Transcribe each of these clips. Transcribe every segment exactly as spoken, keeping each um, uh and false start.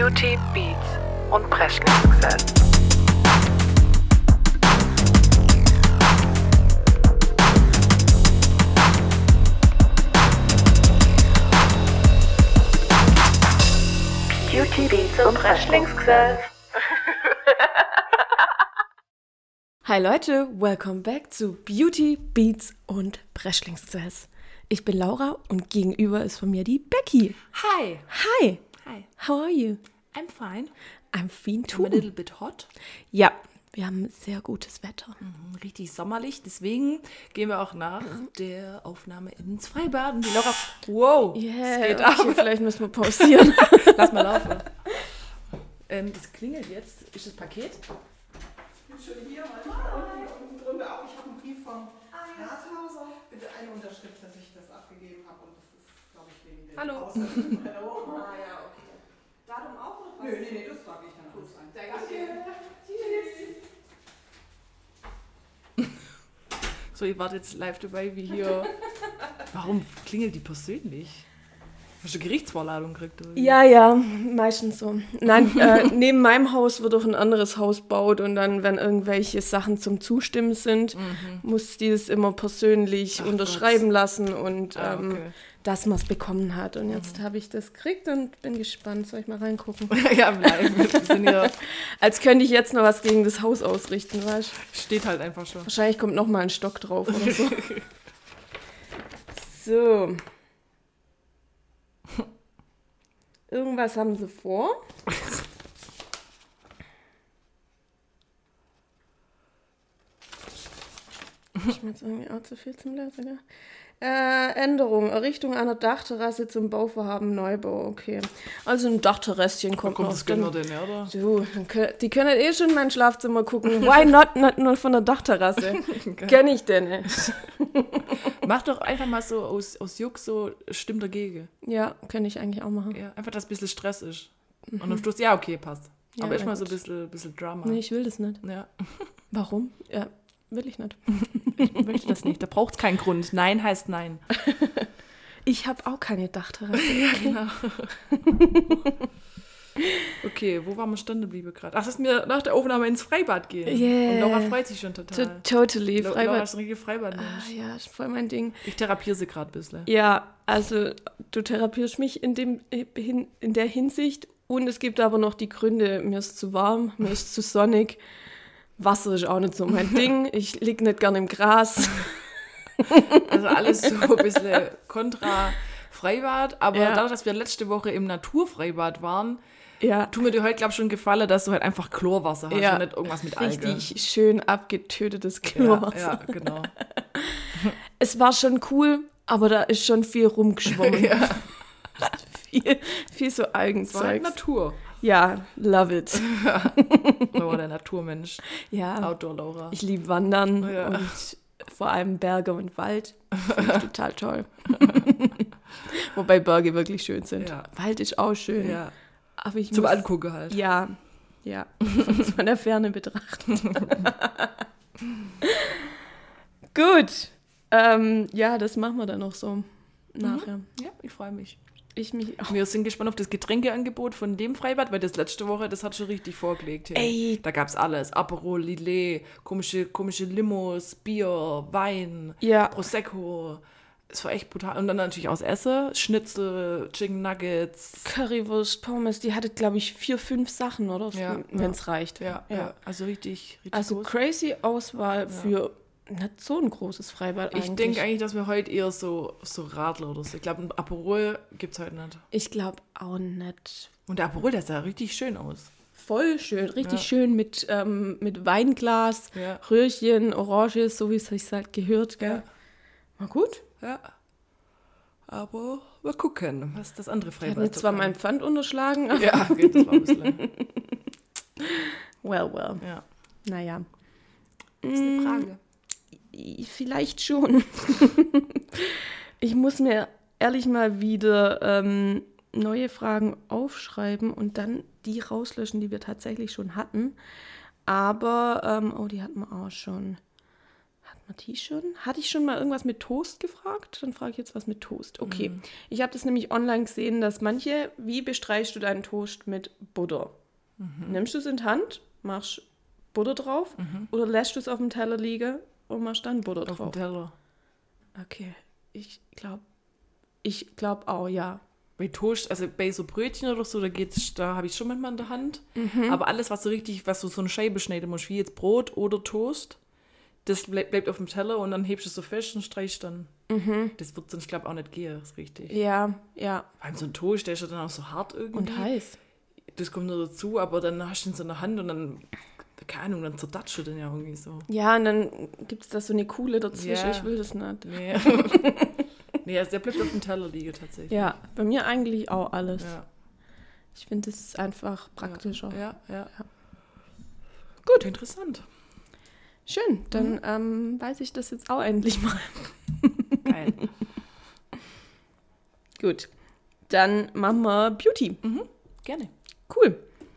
Beauty, Beats und Presley-Success. Beauty, Beats und Presley-Success. Hi Leute, welcome back zu Beauty, Beats und Presley-Success. Ich bin Laura und gegenüber ist von mir die Becky. Hi. Hi. Hi. How are you? I'm fine. I'm fine I'm too. a little bit hot. Ja, wir haben sehr gutes Wetter. Mhm, richtig sommerlich. Deswegen gehen wir auch nach der Aufnahme ins Freibad. Und die Laura, wow, Yeah, es geht okay, ab. vielleicht müssen wir pausieren. Lass mal laufen. Ähm, das klingelt jetzt. Ist das Paket? Ich bin schon hier, und unten drunter auch. Ich habe einen Brief vom Rathaus. Bitte eine Unterschrift, dass ich das abgegeben habe. Und das ist, glaube ich, wegen der Hallo. Außen- Hallo. Ah ja, okay. Datum auch oder was? Nö, nee, nee, das sage ich dann alles ein. Danke. So, ihr wart jetzt live dabei, wie hier. Warum klingelt die persönlich? Hast du eine Gerichtsvorladung gekriegt? Oder? wie? Ja, ja, meistens so. Nein, äh, neben meinem Haus wird auch ein anderes Haus gebaut und dann, wenn irgendwelche Sachen zum Zustimmen sind, muss die es immer persönlich Ach unterschreiben Gott. lassen und Ah, ähm, okay. dass man es bekommen hat. Und jetzt habe ich das gekriegt und bin gespannt. Soll ich mal reingucken? Ja, live. Wir sind hier, Als könnte ich jetzt noch was gegen das Haus ausrichten, weißt du? steht halt einfach schon. Wahrscheinlich kommt noch mal ein Stock drauf oder so. So. Irgendwas haben sie vor. Ich mir jetzt irgendwie auch zu viel zum Lesen, gell? Äh, Änderung, Errichtung einer Dachterrasse zum Bauvorhaben Neubau, okay. Also ein Dachterrasschen kommt, Kommt noch. das gönnen wir denn, ja, oder? Du, dann kö- die können eh schon in mein Schlafzimmer gucken. Why not, not nur von der Dachterrasse? Kenn ich denn nicht. Mach doch einfach mal so aus, aus Juck so Stimm dagegen. Ja, könnte ich eigentlich auch machen. Ja, einfach, dass ein bisschen Stress ist. Und am Schluss, ja, okay, passt. Ja, Aber na erstmal so ein gut. bisschen, bisschen Drama. Nee, ich will das nicht. Ja, Warum? Ja, will ich nicht. ich möchte das nicht. Da braucht es keinen Grund. Nein heißt nein. Ich habe auch keine Dachterrasse. Ja, genau. Okay, wo waren wir stehen geblieben gerade? Ach, dass wir nach der Aufnahme ins Freibad gehen. Yeah. Und Laura freut sich schon total. To- Totally. La- Laura Freibad. ist ein richtiger Freibadmensch. Ah, ja, ist voll mein Ding. Ich therapiere sie gerade ein bisschen. Ja, also du therapierst mich in, dem, in, in der Hinsicht und es gibt aber noch die Gründe, mir ist zu warm, mir ist zu sonnig, Wasser ist auch nicht so mein Ding, ich lieg nicht gern im Gras. Also alles so ein bisschen kontra Freibad. Aber Ja. dadurch, dass wir letzte Woche im Naturfreibad waren, Ja, tut mir dir heute, glaube ich, schon gefallen, dass du halt einfach Chlorwasser hast Ja. und nicht irgendwas mit Alge. richtig schön abgetötetes Ja, Chlorwasser. ja, genau. Es war schon cool, aber da ist schon viel rumgeschwommen. Ja. viel, viel so Es war halt Algenzeug. Natur. Ja, love it. Laura, der Naturmensch. Ja, Outdoor-Laura. ich liebe Wandern Ja. und vor allem Berge und Wald. Finde ich total toll. Wobei Berge wirklich schön sind. Ja. Wald ist auch schön. Ja. Aber ich Zum muss, Angucken halt. Ja, ja. Von der Ferne betrachten. Gut. Ähm, ja, das machen wir dann noch so nachher. Ja, ich freue mich. Ich mich auch. Wir sind gespannt auf das Getränkeangebot von dem Freibad, weil das letzte Woche, das hat schon richtig vorgelegt. Hey. Ey. Da gab es alles. Aperol, Lillet, komische, komische Limos, Bier, Wein, Ja. Prosecco. Es war echt brutal. Und dann natürlich aus Essen, Schnitzel, Chicken Nuggets. Currywurst, Pommes, die hatte, glaube ich, vier, fünf Sachen, oder? Ja, Wenn es reicht. Ja, ja. Also richtig, richtig Also groß. crazy Auswahl für nicht so ein großes Freibad eigentlich. Ich denke eigentlich, dass wir heute eher so, so Radler oder so. Ich glaube, ein Aperol gibt es heute nicht. Ich glaube auch nicht. Und der Aperol, der sah richtig schön aus. Voll schön, richtig Ja. schön mit, ähm, mit Weinglas, Ja. Röhrchen, Orange, so wie es sich halt gehört, gell? Ja. War gut. Ja. Aber wir gucken, was das andere Ich Freibad habe mir so zwar kann. mein Pfand unterschlagen, aber Ja, okay, das war ein bisschen. well, well. Ja. Naja, Das ist eine Frage. vielleicht schon. Ich muss mir ehrlich mal wieder ähm, neue Fragen aufschreiben und dann die rauslöschen, die wir tatsächlich schon hatten. Aber, ähm, oh, die hatten wir auch schon. Hatten Hatte ich schon? Hatte ich schon mal irgendwas mit Toast gefragt? Dann frage ich jetzt was mit Toast. Okay. Mhm. Ich habe das nämlich online gesehen, dass manche, wie bestreichst du deinen Toast mit Butter? Mhm. Nimmst du es in die Hand, machst Butter drauf mhm. oder lässt du es auf dem Teller liegen und machst dann Butter drauf? Auf dem Teller. Okay. Ich glaube, ich glaube auch, ja. Bei Toast, also bei so Brötchen oder so, da geht's, da habe ich schon manchmal in der Hand. Mhm. Aber alles, was so richtig, was du so eine Scheibe schneiden musst, wie jetzt Brot oder Toast, das bleib, bleibt auf dem Teller und dann hebst du es so fest und streichst dann. Mhm. Das wird sonst, glaube ich, auch nicht gehen, das ist richtig. Ja, ja. Vor allem so ein Toast, der ist ja dann auch so hart irgendwie. Und heiß. Das kommt nur dazu, aber dann hast du ihn so in der Hand und dann, keine Ahnung, dann zerdatscht du den ja irgendwie so. Ja, und dann gibt es da so eine Kuhle dazwischen, Ja. ich will das nicht. Nee. Nee, also der bleibt auf dem Teller liegen tatsächlich. Ja, bei mir eigentlich auch alles. Ja. Ich finde, das ist einfach praktischer. Ja, ja. ja. Gut. Interessant. Schön, dann mhm. ähm, weiß ich das jetzt auch endlich mal. Geil. Gut, dann machen wir Beauty. Mhm. Gerne. Cool.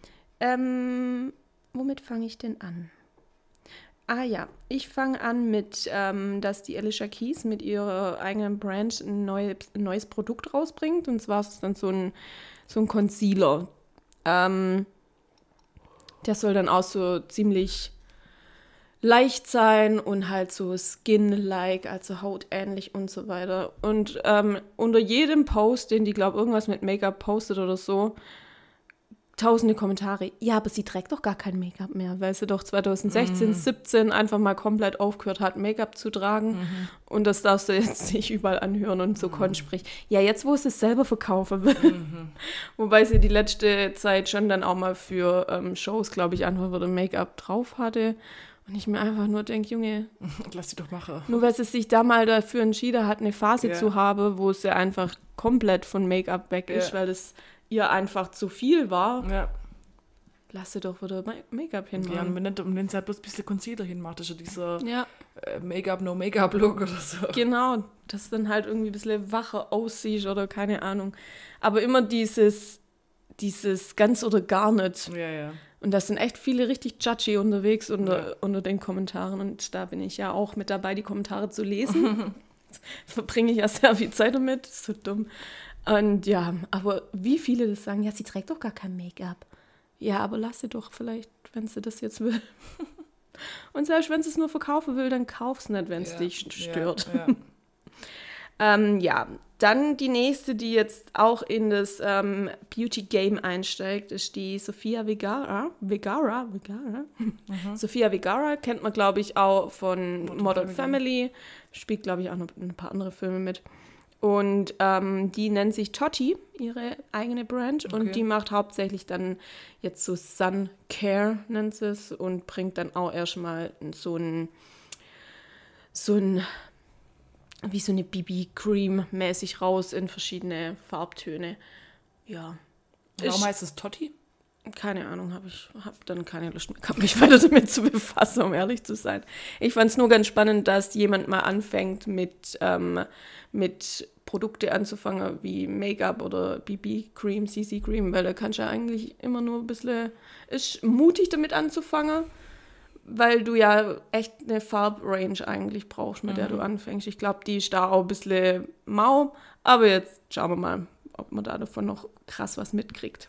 Ähm, womit fange ich denn an? Ah ja, ich fange an mit, ähm, dass die Alicia Keys mit ihrer eigenen Brand ein, neu, ein neues Produkt rausbringt. Und zwar ist es dann so ein, so ein Concealer. Ähm, der soll dann auch so ziemlich leicht sein und halt so skin-like, also hautähnlich und so weiter. Und ähm, unter jedem Post, den die, glaube ich, irgendwas mit Make-up postet oder so, tausende Kommentare. Ja, aber sie trägt doch gar kein Make-up mehr, weil sie doch zwanzig sechzehn, Mhm. siebzehn einfach mal komplett aufgehört hat, Make-up zu tragen. Mhm. Und das darfst du jetzt nicht überall anhören und so mhm. spricht. Ja, jetzt, wo sie es selber verkaufen will. Mhm. Wobei sie die letzte Zeit schon dann auch mal für ähm, Shows, glaube ich, einfach wieder Make-up drauf hatte. Und ich mir einfach nur denke, Junge, lass sie doch machen. nur weil sie sich da mal dafür entschieden hat, eine Phase Ja. zu haben, wo sie einfach komplett von Make-up weg ist, Ja. weil das ihr einfach zu viel war. Ja. Lass sie doch wieder Ma- Make-up Ja, und hinmachen. wenn, nicht, und wenn sie halt bloß ein bisschen Concealer hinmacht, ist ja dieser Ja, äh, Make-up-No-Make-up-Look oder so. genau. Dass dann halt irgendwie ein bisschen wacher aussieht oder keine Ahnung. Aber immer dieses, dieses ganz oder gar nicht. Ja, ja. Und da sind echt viele richtig judgy unterwegs unter, Ja. unter den Kommentaren. Und da bin ich ja auch mit dabei, die Kommentare zu lesen. Verbringe ich ja sehr viel Zeit damit. Das ist so dumm. Und ja, aber wie viele das sagen, ja, sie trägt doch gar kein Make-up. Ja, aber lass sie doch vielleicht, wenn sie das jetzt will. Und selbst wenn sie es nur verkaufen will, dann kauf es nicht, wenn es Ja, dich stört. Ja, ja. Ähm, ja, dann die nächste, die jetzt auch in das ähm, Beauty-Game einsteigt, ist die Sofia Vergara. Vergara? Vergara? Mhm. Sofia Vergara kennt man, glaube ich, auch von Modern Modern Family. Family. Spielt, glaube ich, auch noch ein paar andere Filme mit. Und ähm, die nennt sich Toti, ihre eigene Brand. Okay. Und die macht hauptsächlich dann jetzt so Sun Care, nennt sie es. Und bringt dann auch erstmal so ein, so ein, wie so eine B B-Cream mäßig raus in verschiedene Farbtöne. Ja. Warum Ist- heißt es Totti? Keine Ahnung, habe ich hab dann keine Lust mehr gehabt, mich weiter damit zu befassen, um ehrlich zu sein. Ich fand es nur ganz spannend, dass jemand mal anfängt, mit, ähm, mit Produkte anzufangen, wie Make-up oder B B-Cream, C C-Cream, weil da kannst du ja eigentlich immer nur ein bisschen, ist mutig damit anzufangen, weil du ja echt eine Farbrange eigentlich brauchst, mit der du anfängst. Ich glaube, die ist da auch ein bisschen mau, aber jetzt schauen wir mal, ob man da davon noch krass was mitkriegt.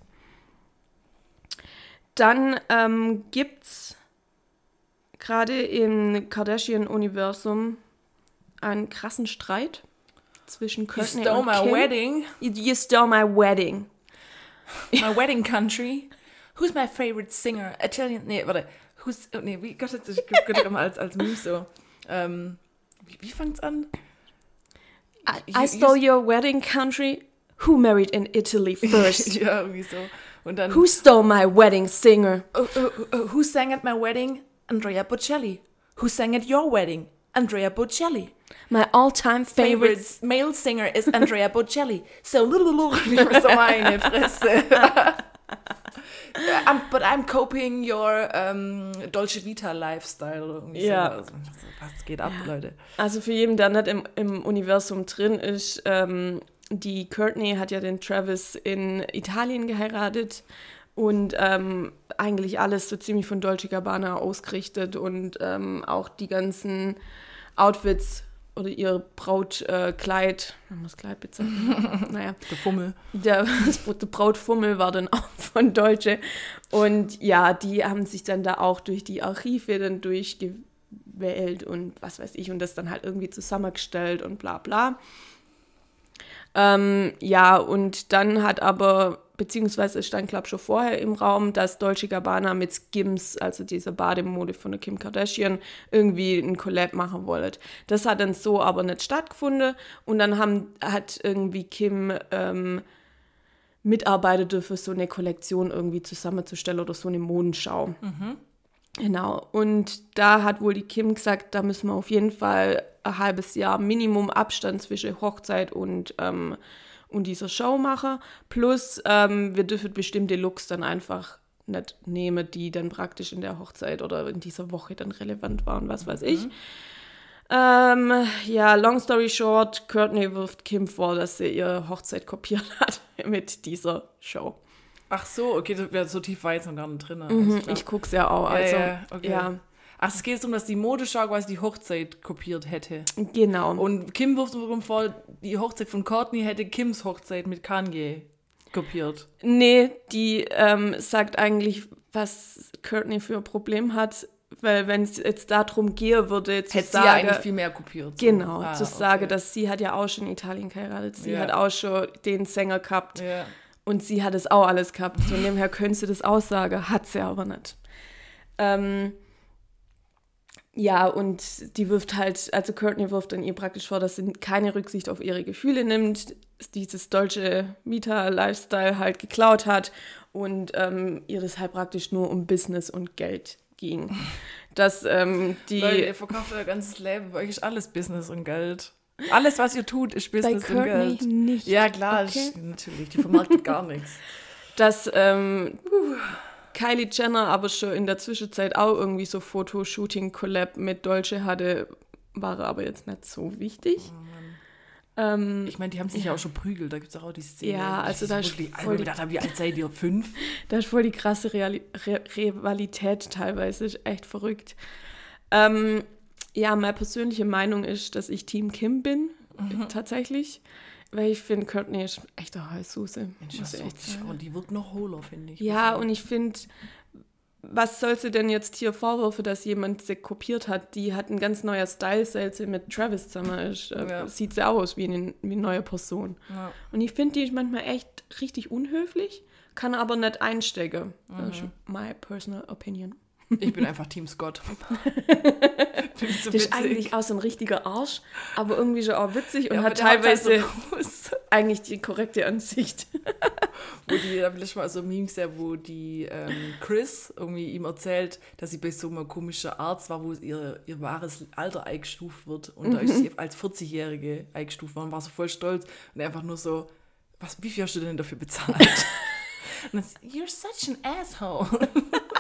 Dann ähm, gibt es gerade im Kardashian-Universum einen krassen Streit zwischen You Kourtney stole und my Kim. wedding. You, you stole my wedding. My wedding country. Who's my favorite singer? Italian. Nee, warte. Who's. Oh, nee, wie Gott, das ist Gott, immer als, als Meme so. Ähm, wie, wie fängt's an? I, You- I you- stole your wedding country. Who married in Italy first? Ja, irgendwie so. Und dann. Who stole my wedding singer? Oh, oh, oh, who sang at my wedding? Andrea Bocelli. Who sang at your wedding? Andrea Bocelli. My all-time Favorite favorite. male singer is Andrea Bocelli. So, so meine Fresse. I'm, but I'm copying your um, Dolce Vita Lifestyle. Oder irgendwie Ja. so. Also, was geht ab, Leute? Also für jeden, der nicht im, im Universum drin ist, ähm, die Kourtney hat ja den Travis in Italien geheiratet und ähm, eigentlich alles so ziemlich von Dolce Gabbana ausgerichtet und ähm, auch die ganzen Outfits oder ihr Brautkleid, äh, man muss Kleid bezeichnen, naja. Der Fummel. Der, der Brautfummel war dann auch von Dolce. Und ja, die haben sich dann da auch durch die Archive dann durchgewählt und was weiß ich und das dann halt irgendwie zusammengestellt und bla bla. Ähm, ja, und dann hat aber, beziehungsweise es stand, glaube ich, schon vorher im Raum, dass Dolce Gabbana mit Skims, also dieser Bademode von der Kim Kardashian, irgendwie ein Collab machen wollte. Das hat dann so aber nicht stattgefunden und dann haben, hat irgendwie Kim ähm, Mitarbeiter dürfen, so eine Kollektion irgendwie zusammenzustellen oder so eine Modenschau. Mhm. Genau, und da hat wohl die Kim gesagt, da müssen wir auf jeden Fall ein halbes Jahr Minimum Abstand zwischen Hochzeit und, ähm, und dieser Show machen. Plus, ähm, wir dürfen bestimmte Looks dann einfach nicht nehmen, die dann praktisch in der Hochzeit oder in dieser Woche dann relevant waren, was weiß ich. Mhm. Ähm, ja, long story short, Kourtney wirft Kim vor, dass sie ihre Hochzeit kopiert hat mit dieser Show. Ach so, okay, das wäre so tief war jetzt noch gar nicht drin. Mhm, ich, ich guck's ja auch. Also, ja, ja, okay. ja. Ach, es geht darum, dass die Modeschau quasi die Hochzeit kopiert hätte. Genau. Und Kim wirft wiederum vor, die Hochzeit von Kourtney hätte Kims Hochzeit mit Kanye kopiert. Nee, die ähm, sagt eigentlich, was Kourtney für ein Problem hat, weil wenn es jetzt darum gehen würde, zu hätte sagen... sie ja eigentlich viel mehr kopiert. So. Genau, ah, zu okay. sagen, dass sie hat ja auch schon in Italien geheiratet, sie ja. hat auch schon den Sänger gehabt. Ja. Und sie hat es auch alles gehabt. Von dem her könnte sie das aussagen, hat sie aber nicht. Ähm, ja, und die wirft halt, also Kourtney wirft dann ihr praktisch vor, dass sie keine Rücksicht auf ihre Gefühle nimmt, dieses Dolce Vita Lifestyle halt geklaut hat und ähm, ihr das halt praktisch nur um Business und Geld ging. Dass ähm, die... Leute, ihr verkauft euer ganzes Leben, bei euch ist alles Business und Geld. Alles, was ihr tut, ist Business bei und Geld. Nicht. Ja, klar, Okay. ist, natürlich. Die vermarktet gar nichts. Dass ähm, Kylie Jenner aber schon in der Zwischenzeit auch irgendwie so Fotoshooting-Collab mit Dolce hatte, war aber jetzt nicht so wichtig. Oh ähm, ich meine, die haben sich ja auch schon prügelt, da gibt es auch die Szene. Ja, also da ist wirklich, voll also ich die- gedacht, wie alt seid ihr? Fünf? Da ist voll die krasse Reali- Re- Rivalität teilweise, ist echt verrückt. Ähm, ja, meine persönliche Meinung ist, dass ich Team Kim bin, Mhm. tatsächlich. Weil ich finde, Kourtney ist echt eine Heißsuse. Mensch, muss das ich ist echt so, sagen. und die wirkt noch hohler, finde ich. Ja, und ich finde, was soll sie denn jetzt hier vorwürfen, dass jemand sie kopiert hat? Die hat ein ganz neuer Style, seit sie mit Travis zusammen ist. Äh, Ja. Sieht sie aus wie eine, wie eine neue Person. Ja. Und ich finde, die ist manchmal echt richtig unhöflich, kann aber nicht einstecken. Das ist my personal opinion. Ich bin einfach Team Scott. Bin so Die ist witzig. eigentlich auch so ein richtiger Arsch, aber irgendwie schon auch witzig und Ja, hat aber der hat teilweise halt so raus. eigentlich die korrekte Ansicht. Wo die, da will ich mal so Memes ja, wo die ähm, Chris irgendwie ihm erzählt, dass sie bei so einem komischen Arzt war, wo ihr, ihr wahres Alter eingestuft wird. Und da ist sie als vierzigjährige eingestuft worden und war so voll stolz. Und einfach nur so, was, wie viel hast du denn dafür bezahlt? Und dann, you're such an asshole.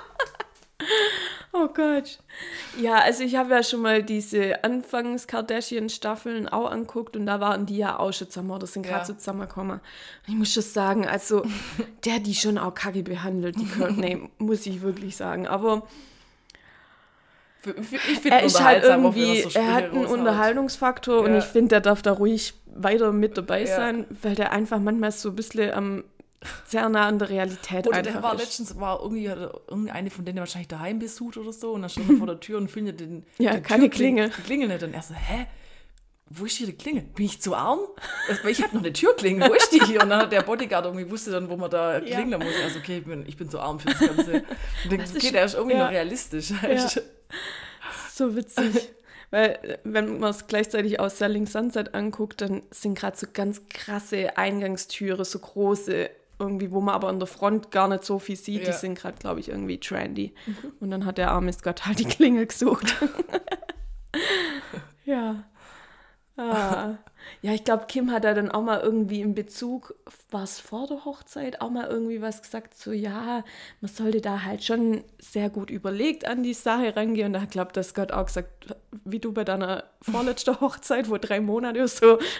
Oh Gott. Ja, also ich habe ja schon mal diese Anfangs-Kardashian-Staffeln auch angeguckt und da waren die ja auch schon zusammen oder sind gerade Ja. so zusammengekommen. Und ich muss schon sagen, also der hat die schon auch kacke behandelt, die Kourtney, muss ich wirklich sagen. Aber Für, für, ich finde er ist halt unterhaltsam, auch wenn irgendwie, so Sprüche er hat einen raushaut. Unterhaltungsfaktor und Ja. ich finde, der darf da ruhig weiter mit dabei Ja. sein, weil der einfach manchmal so ein bisschen am sehr nah an der Realität Oder einfach der war ist. letztens, war irgendwie, hat er irgendeine von denen wahrscheinlich daheim besucht oder so und dann stand er vor der Tür und findet den, Ja, den keine Türkling- Klingel. Die Klingel nicht. Und er so, hä? Wo ist hier die Klingel? Bin ich zu arm? Weil ich habe noch eine Türklingel, wo ist die hier? Und dann hat der Bodyguard irgendwie wusste dann, wo man da klingeln muss. Also okay, ich bin, ich bin zu arm für das Ganze. Und dann, Das okay, ist- der ist irgendwie ja. noch realistisch. Ja. So witzig. Weil, äh, wenn man es gleichzeitig aus Selling Sunset anguckt, dann sind gerade so ganz krasse Eingangstüre, so große, irgendwie, wo man aber an der Front gar nicht so viel sieht. Ja. Die sind gerade, glaube ich, irgendwie trendy. Und dann hat der arme Scott halt die Klingel gesucht. Ja. Ah. Ja, ich glaube, Kim hat da dann auch mal irgendwie in Bezug, war es vor der Hochzeit, auch mal irgendwie was gesagt, so ja, man sollte da halt schon sehr gut überlegt an die Sache rangehen. Und da hat, glaube ich, Scott auch gesagt, wie du bei deiner vorletzten Hochzeit, wo drei Monate oder so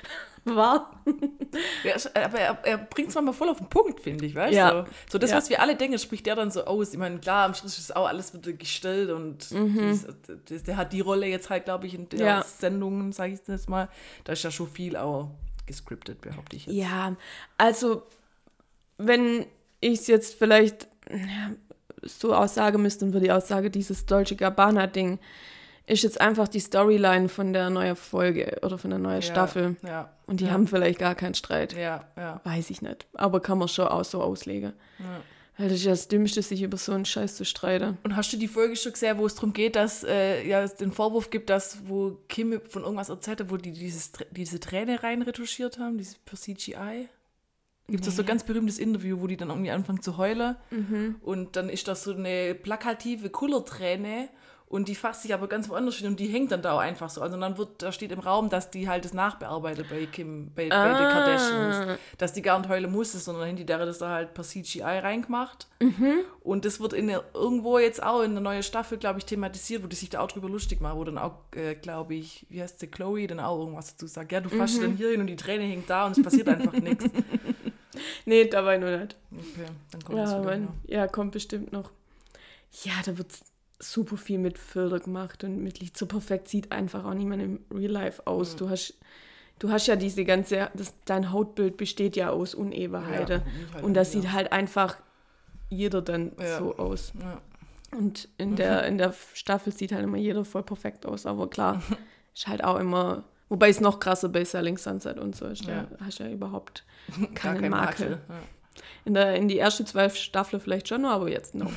war. Ja, aber er, er bringt es manchmal voll auf den Punkt, finde ich, weißt du? Ja. So, so das, Ja. was wir alle denken, spricht der dann so aus. Ich meine, klar, am Schluss ist auch alles wieder gestellt und Mhm. dies, das, der hat die Rolle jetzt halt, glaube ich, in der Ja. Sendung, sage ich jetzt mal, da ist ja schon viel auch gescriptet, behaupte ich jetzt. Ja, also wenn ich es jetzt vielleicht ja, so aussagen müsste, dann würde ich aussagen, dieses Dolce Gabbana-Ding ist jetzt einfach die Storyline von der neuen Folge oder von der neuen Ja, Staffel. Ja, Und die ja, haben vielleicht gar keinen Streit. Ja, ja. Weiß ich nicht. Aber kann man schon auch so auslegen. Ja. Weil das ist ja das Dümmste, sich über so einen Scheiß zu streiten. Und hast du die Folge schon gesehen, wo es darum geht, dass äh, ja, es den Vorwurf gibt, dass wo Kim von irgendwas erzählt hat, wo die dieses, diese Träne rein retuschiert haben, diese per C G I? Gibt es Nee. so ein ganz berühmtes Interview, wo die dann irgendwie anfangen zu heulen Mhm. und dann ist das so eine plakative Kullerträne und die fasst sich aber ganz woanders hin und die hängt dann da auch einfach so. Also dann wird, da steht im Raum, dass die halt das nachbearbeitet bei Kim, bei, bei Ah. den Kardashians. Dass die gar nicht heulen musste, sondern die der das da halt per C G I reingemacht. Mhm. Und das wird in der, irgendwo jetzt auch in der neuen Staffel, glaube ich, thematisiert, wo die sich da auch drüber lustig machen, wo dann auch, äh, glaube ich, wie heißt sie, Chloe, dann auch irgendwas dazu sagt. Ja, du fasst Mhm. dich dann hier hin und die Träne hängt da und es passiert einfach nichts. Nee, dabei nur nicht. Okay, dann kommt das Ja, wieder. Mann. noch. Ja, kommt bestimmt noch. Ja, da wird super viel mit Filter gemacht und mit Licht. So perfekt sieht einfach auch niemand im Real Life aus. Mhm. Du hast, du hast ja diese ganze, das, dein Hautbild besteht ja aus Unebenheiten. Ja, ich halt und das nicht, sieht halt einfach jeder dann Ja. so aus. Ja. Und in der, in der Staffel sieht halt immer jeder voll perfekt aus. Aber klar, ist halt auch immer, wobei es noch krasser bei Selling Sunset und so ist. Ja. Da hast du ja überhaupt Gar keinen kein Makel. Makel. Ja. In, der, in die ersten zwei Staffeln vielleicht schon noch, aber jetzt noch.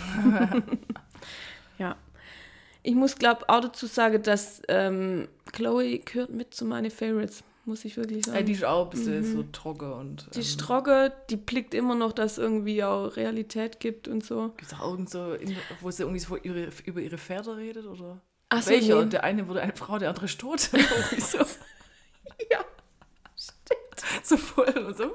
Ja. Ich muss, glaube auch dazu sagen, dass ähm, Chloe gehört mit zu meinen Favorites, muss ich wirklich sagen. Ja, die ist auch ein bisschen Mhm. so trocken und. Die ähm, Strogge, die blickt immer noch, dass es irgendwie auch Realität gibt und so. Gibt es auch irgend so, in, wo sie irgendwie so ihre, über ihre Pferde redet? Oder? Ach so, Welcher? nee. Der eine wurde eine Frau, der andere ist tot. Irgendwie so. Ja, So voll. Und so.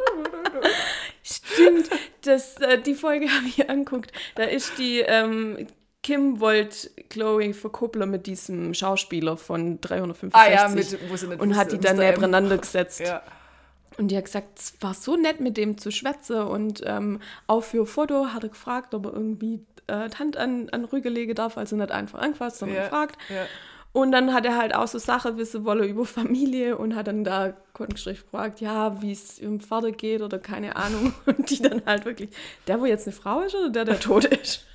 stimmt. Das, äh, die Folge habe ich angeguckt. Da ist die, ähm, Kim wollte Chloe verkuppeln mit diesem Schauspieler von dreihundertfünfundsechzig. Ah ja, mit, wo sie nicht und wusste, hat die dann Mister M. nebeneinander gesetzt. Ja. Und die hat gesagt, es war so nett, mit dem zu schwätzen. Und ähm, auch für ein Foto hat er gefragt, ob er irgendwie äh, die Hand an, an den Rücken legen darf. Also nicht einfach angefasst, sondern Ja, gefragt. ja. Und dann hat er halt auch so Sachen wissen wollen über Familie und hat dann da Kundenschrift gefragt, ja, wie es ihrem Vater geht oder keine Ahnung. Und die dann halt wirklich, der, wo jetzt eine Frau ist oder der, der tot ist?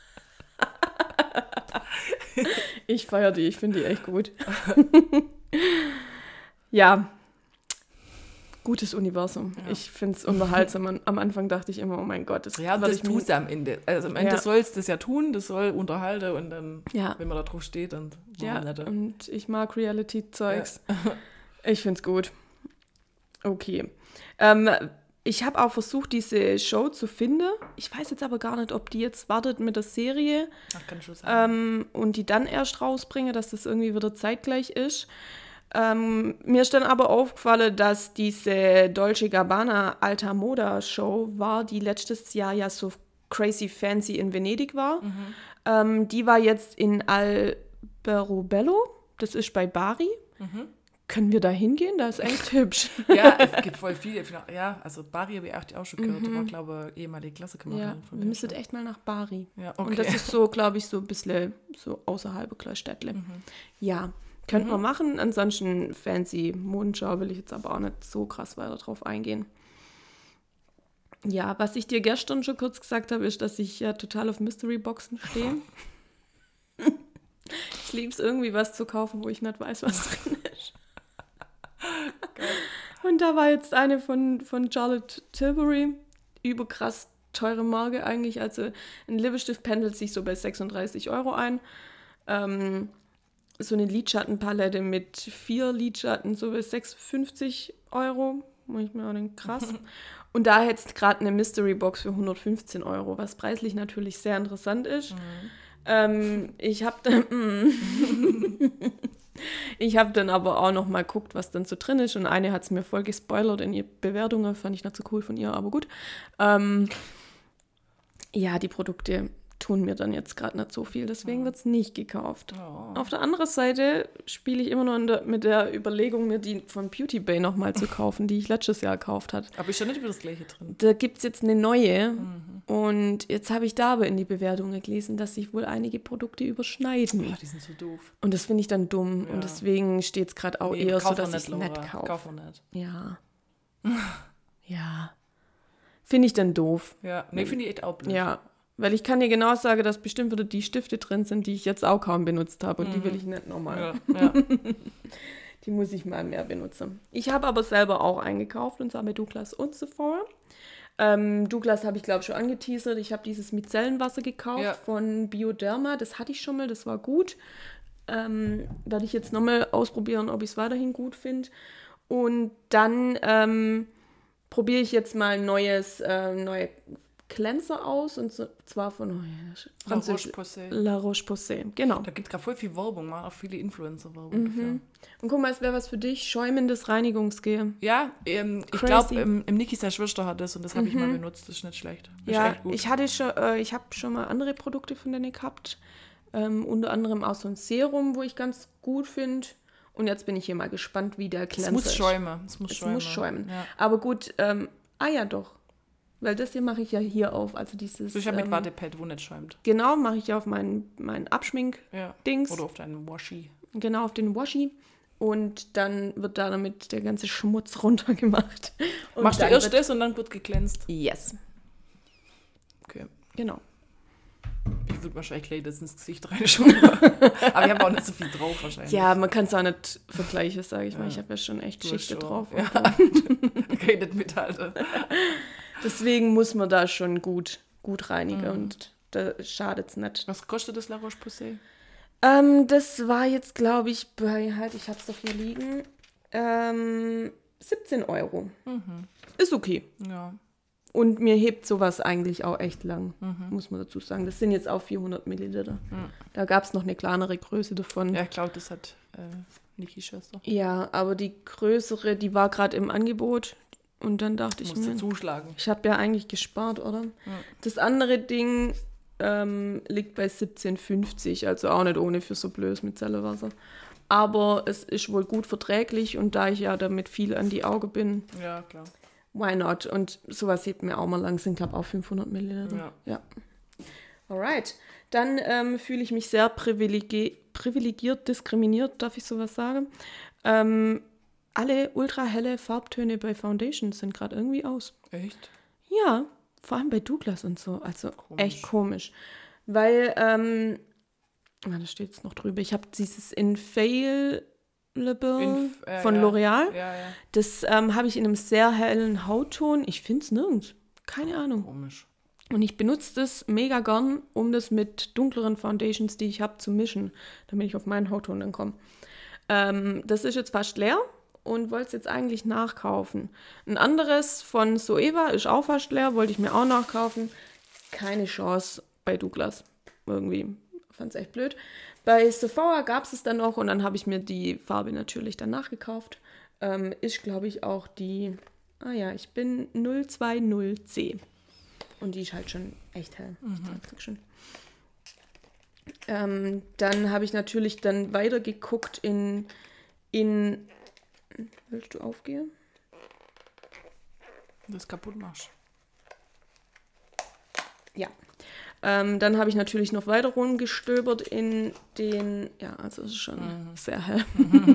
Ich feiere die, ich finde die echt gut. Ja, gutes Universum. Ja. Ich finde es unterhaltsam. Am- Am Anfang dachte ich immer, oh mein Gott, das Ja, und werd das ich mir- tust du am Ende. Also am Ende Ja. soll es das ja tun, das soll unterhalten und dann, Ja. wenn man da drauf steht, dann Ja, warum nicht? und ich mag Reality-Zeugs. Ich find's gut. Okay. Ähm, ich habe auch versucht, diese Show zu finden. Ich weiß jetzt aber gar nicht, ob die jetzt wartet mit der Serie Ach, kann schon sein. ähm, und die dann erst rausbringen, dass das irgendwie wieder zeitgleich ist. Ähm, mir ist dann aber aufgefallen, dass diese Dolce Gabbana Alta Moda Show war, die letztes Jahr ja so crazy fancy in Venedig war. Mhm. Ähm, die war jetzt in Alberobello, das ist bei Bari. Mhm. Können wir da hingehen? Das ist echt hübsch. Ja, es gibt voll viele. Ja, also Bari habe ich auch schon gehört. Das war, glaube ich, ehemalige Klassenkameradin Ja, von wir mir. müssen echt mal nach Bari. Ja, okay. Und das ist so, glaube ich, so ein bisschen so außerhalb kleines Städtle. Mhm. Ja, könnte man machen. Ansonsten fancy Modenschau will ich jetzt aber auch nicht so krass weiter drauf eingehen. Ja, was ich dir gestern schon kurz gesagt habe, ist, dass ich ja total auf Mystery-Boxen stehe. Ich liebe es irgendwie, was zu kaufen, wo ich nicht weiß, was drin ist. Und da war jetzt eine von, von Charlotte Tilbury, überkrass teure Marke eigentlich. Also ein Lippenstift pendelt sich so bei sechsunddreißig Euro ein. Ähm, so eine Lidschattenpalette mit vier Lidschatten so bei sechsundfünfzig Euro. Muss ich mir auch denken, krass. Und da hättest gerade eine Mystery Box für hundertfünfzehn Euro, was preislich natürlich sehr interessant ist. Mhm. Ähm, ich habe dann, ich habe dann aber auch noch mal geguckt, was dann so drin ist. Und eine hat es mir voll gespoilert in ihre Bewertungen, fand ich nicht so cool von ihr, aber gut. Ähm, ja, die Produkte tun mir dann jetzt gerade nicht so viel, deswegen wird es nicht gekauft. Oh. Auf der anderen Seite spiele ich immer noch in der, mit der Überlegung, mir die von Beauty Bay nochmal zu kaufen, die ich letztes Jahr gekauft habe. Aber ist ja nicht wieder das Gleiche drin. Da gibt es jetzt eine neue Mhm. und jetzt habe ich da aber in die Bewertungen gelesen, dass sich wohl einige Produkte überschneiden. Oh, die sind so doof. Und das finde ich dann dumm Ja. und deswegen steht es gerade auch Nee, eher so, kauf dass mal ich es nicht, nicht Laura. kaufe. Kauf mal nicht. Ja. Ja. Finde ich dann doof. Ja, nee, finde ich echt auch blöd. Ja. Weil ich kann dir genau sagen, dass bestimmt wieder die Stifte drin sind, die ich jetzt auch kaum benutzt habe und die will ich nicht nochmal. Ja, ja. Die muss ich mal mehr benutzen. Ich habe aber selber auch eingekauft, und zwar bei Douglas und Sephora. Ähm, Douglas habe ich, glaube ich, schon angeteasert. Ich habe dieses Micellenwasser gekauft Ja. von Bioderma. Das hatte ich schon mal, das war gut. Ähm, werde ich jetzt nochmal ausprobieren, ob ich es weiterhin gut finde. Und dann ähm, probiere ich jetzt mal ein neues, äh, neue Cleanser aus, und so, zwar von oh, La Französisch. Roche-Posay. La Roche-Posay, genau. Da gibt es gerade voll viel Werbung, machen auch viele Influencer-Werbung Mhm. dafür. Und guck mal, es wäre was für dich, schäumendes Reinigungsgel. Ja, ähm, ich Crazy. glaube, im, im Niki seine Schwester hat das und das habe ich mal benutzt. Das ist nicht schlecht. Das Ja, ist echt gut. ich hatte schon, äh, ich habe schon mal andere Produkte von denen gehabt. Ähm, unter anderem auch so ein Serum, wo ich ganz gut finde. Und jetzt bin ich hier mal gespannt, wie der Cleanser es muss ist. schäumen. Es muss Es schäumen. muss schäumen. Ja. Aber gut, ähm, ah ja doch. Weil das hier mache ich ja hier auf. Also dieses. So, ich habe mit ähm, Wattepad, wo nicht schäumt. Genau, mache ich ja auf meinen mein Abschmink-Dings. Ja. Oder auf deinen Washi. Genau, auf den Washi. Und dann wird da damit der ganze Schmutz runtergemacht. Und Machst du dann erst wird- das und dann wird geglänzt. Yes, Okay. genau. Ich würde wahrscheinlich gleich das ins Gesicht reinschauen. Aber ich habe auch nicht so viel drauf wahrscheinlich. Ja, man kann es auch nicht vergleichen, sage ich Ja. mal. Ich habe ja schon echt Du hast Schichten schon- drauf. Ja. Da kann ich nicht mithalten. Deswegen muss man da schon gut, gut reinigen Mhm. und da schadet es nicht. Was kostet das La Roche-Posay? Ähm, das war jetzt, glaube ich, bei, halt, ich habe es doch hier liegen, ähm, siebzehn Euro. Mhm. Ist okay. Ja. Und mir hebt sowas eigentlich auch echt lang, Mhm. muss man dazu sagen. Das sind jetzt auch vierhundert Milliliter. Mhm. Da gab es noch eine kleinere Größe davon. Ja, ich glaube, das hat äh, Nikis Schwester. Ja, aber die größere, die war gerade im Angebot. Und dann dachte ich Musst du mir, zuschlagen. ich habe ja eigentlich gespart, oder? Das andere Ding ähm, liegt bei siebzehn fünfzig, also auch nicht ohne für so blödes Micellewasser. Aber es ist wohl gut verträglich und da ich ja damit viel an die Augen bin, Ja, klar. why not? Und sowas hebt mir auch mal lang, sind glaube ich auch fünfhundert Milliliter. Ja. ja. Alright. Dann ähm, fühle ich mich sehr privilegi privilegiert, diskriminiert, darf ich sowas sagen. Ähm, alle ultrahelle Farbtöne bei Foundations sind gerade irgendwie aus. Echt? Ja, vor allem bei Douglas und so. Also Komisch. echt komisch. Weil, ähm, ah, da steht es noch drüber. Ich habe dieses Infailable Inf- äh, von ja. L'Oreal. Ja, ja. Das ähm, habe ich in einem sehr hellen Hautton. Ich finde es nirgends. Keine Ahnung. Komisch. Und ich benutze das mega gern, um das mit dunkleren Foundations, die ich habe, zu mischen, damit ich auf meinen Hautton dann komme. Ähm, das ist jetzt fast leer und wollte es jetzt eigentlich nachkaufen. Ein anderes von Zoeva ist auch fast leer, wollte ich mir auch nachkaufen. Keine Chance bei Douglas. Irgendwie. Fand es echt blöd. Bei Sephora gab es es dann noch und dann habe ich mir die Farbe natürlich dann nachgekauft. Ähm, ist, glaube ich, auch die, ah ja, ich bin null zwei null C. Und die ist halt schon echt hell. Ich zeig's dir schon. Ähm, dann habe ich natürlich dann weiter geguckt in, in. Willst du aufgehen? Das kaputt machst. Ja. Ähm, dann habe ich natürlich noch weiter rumgestöbert in den. Ja, also es ist schon sehr hell.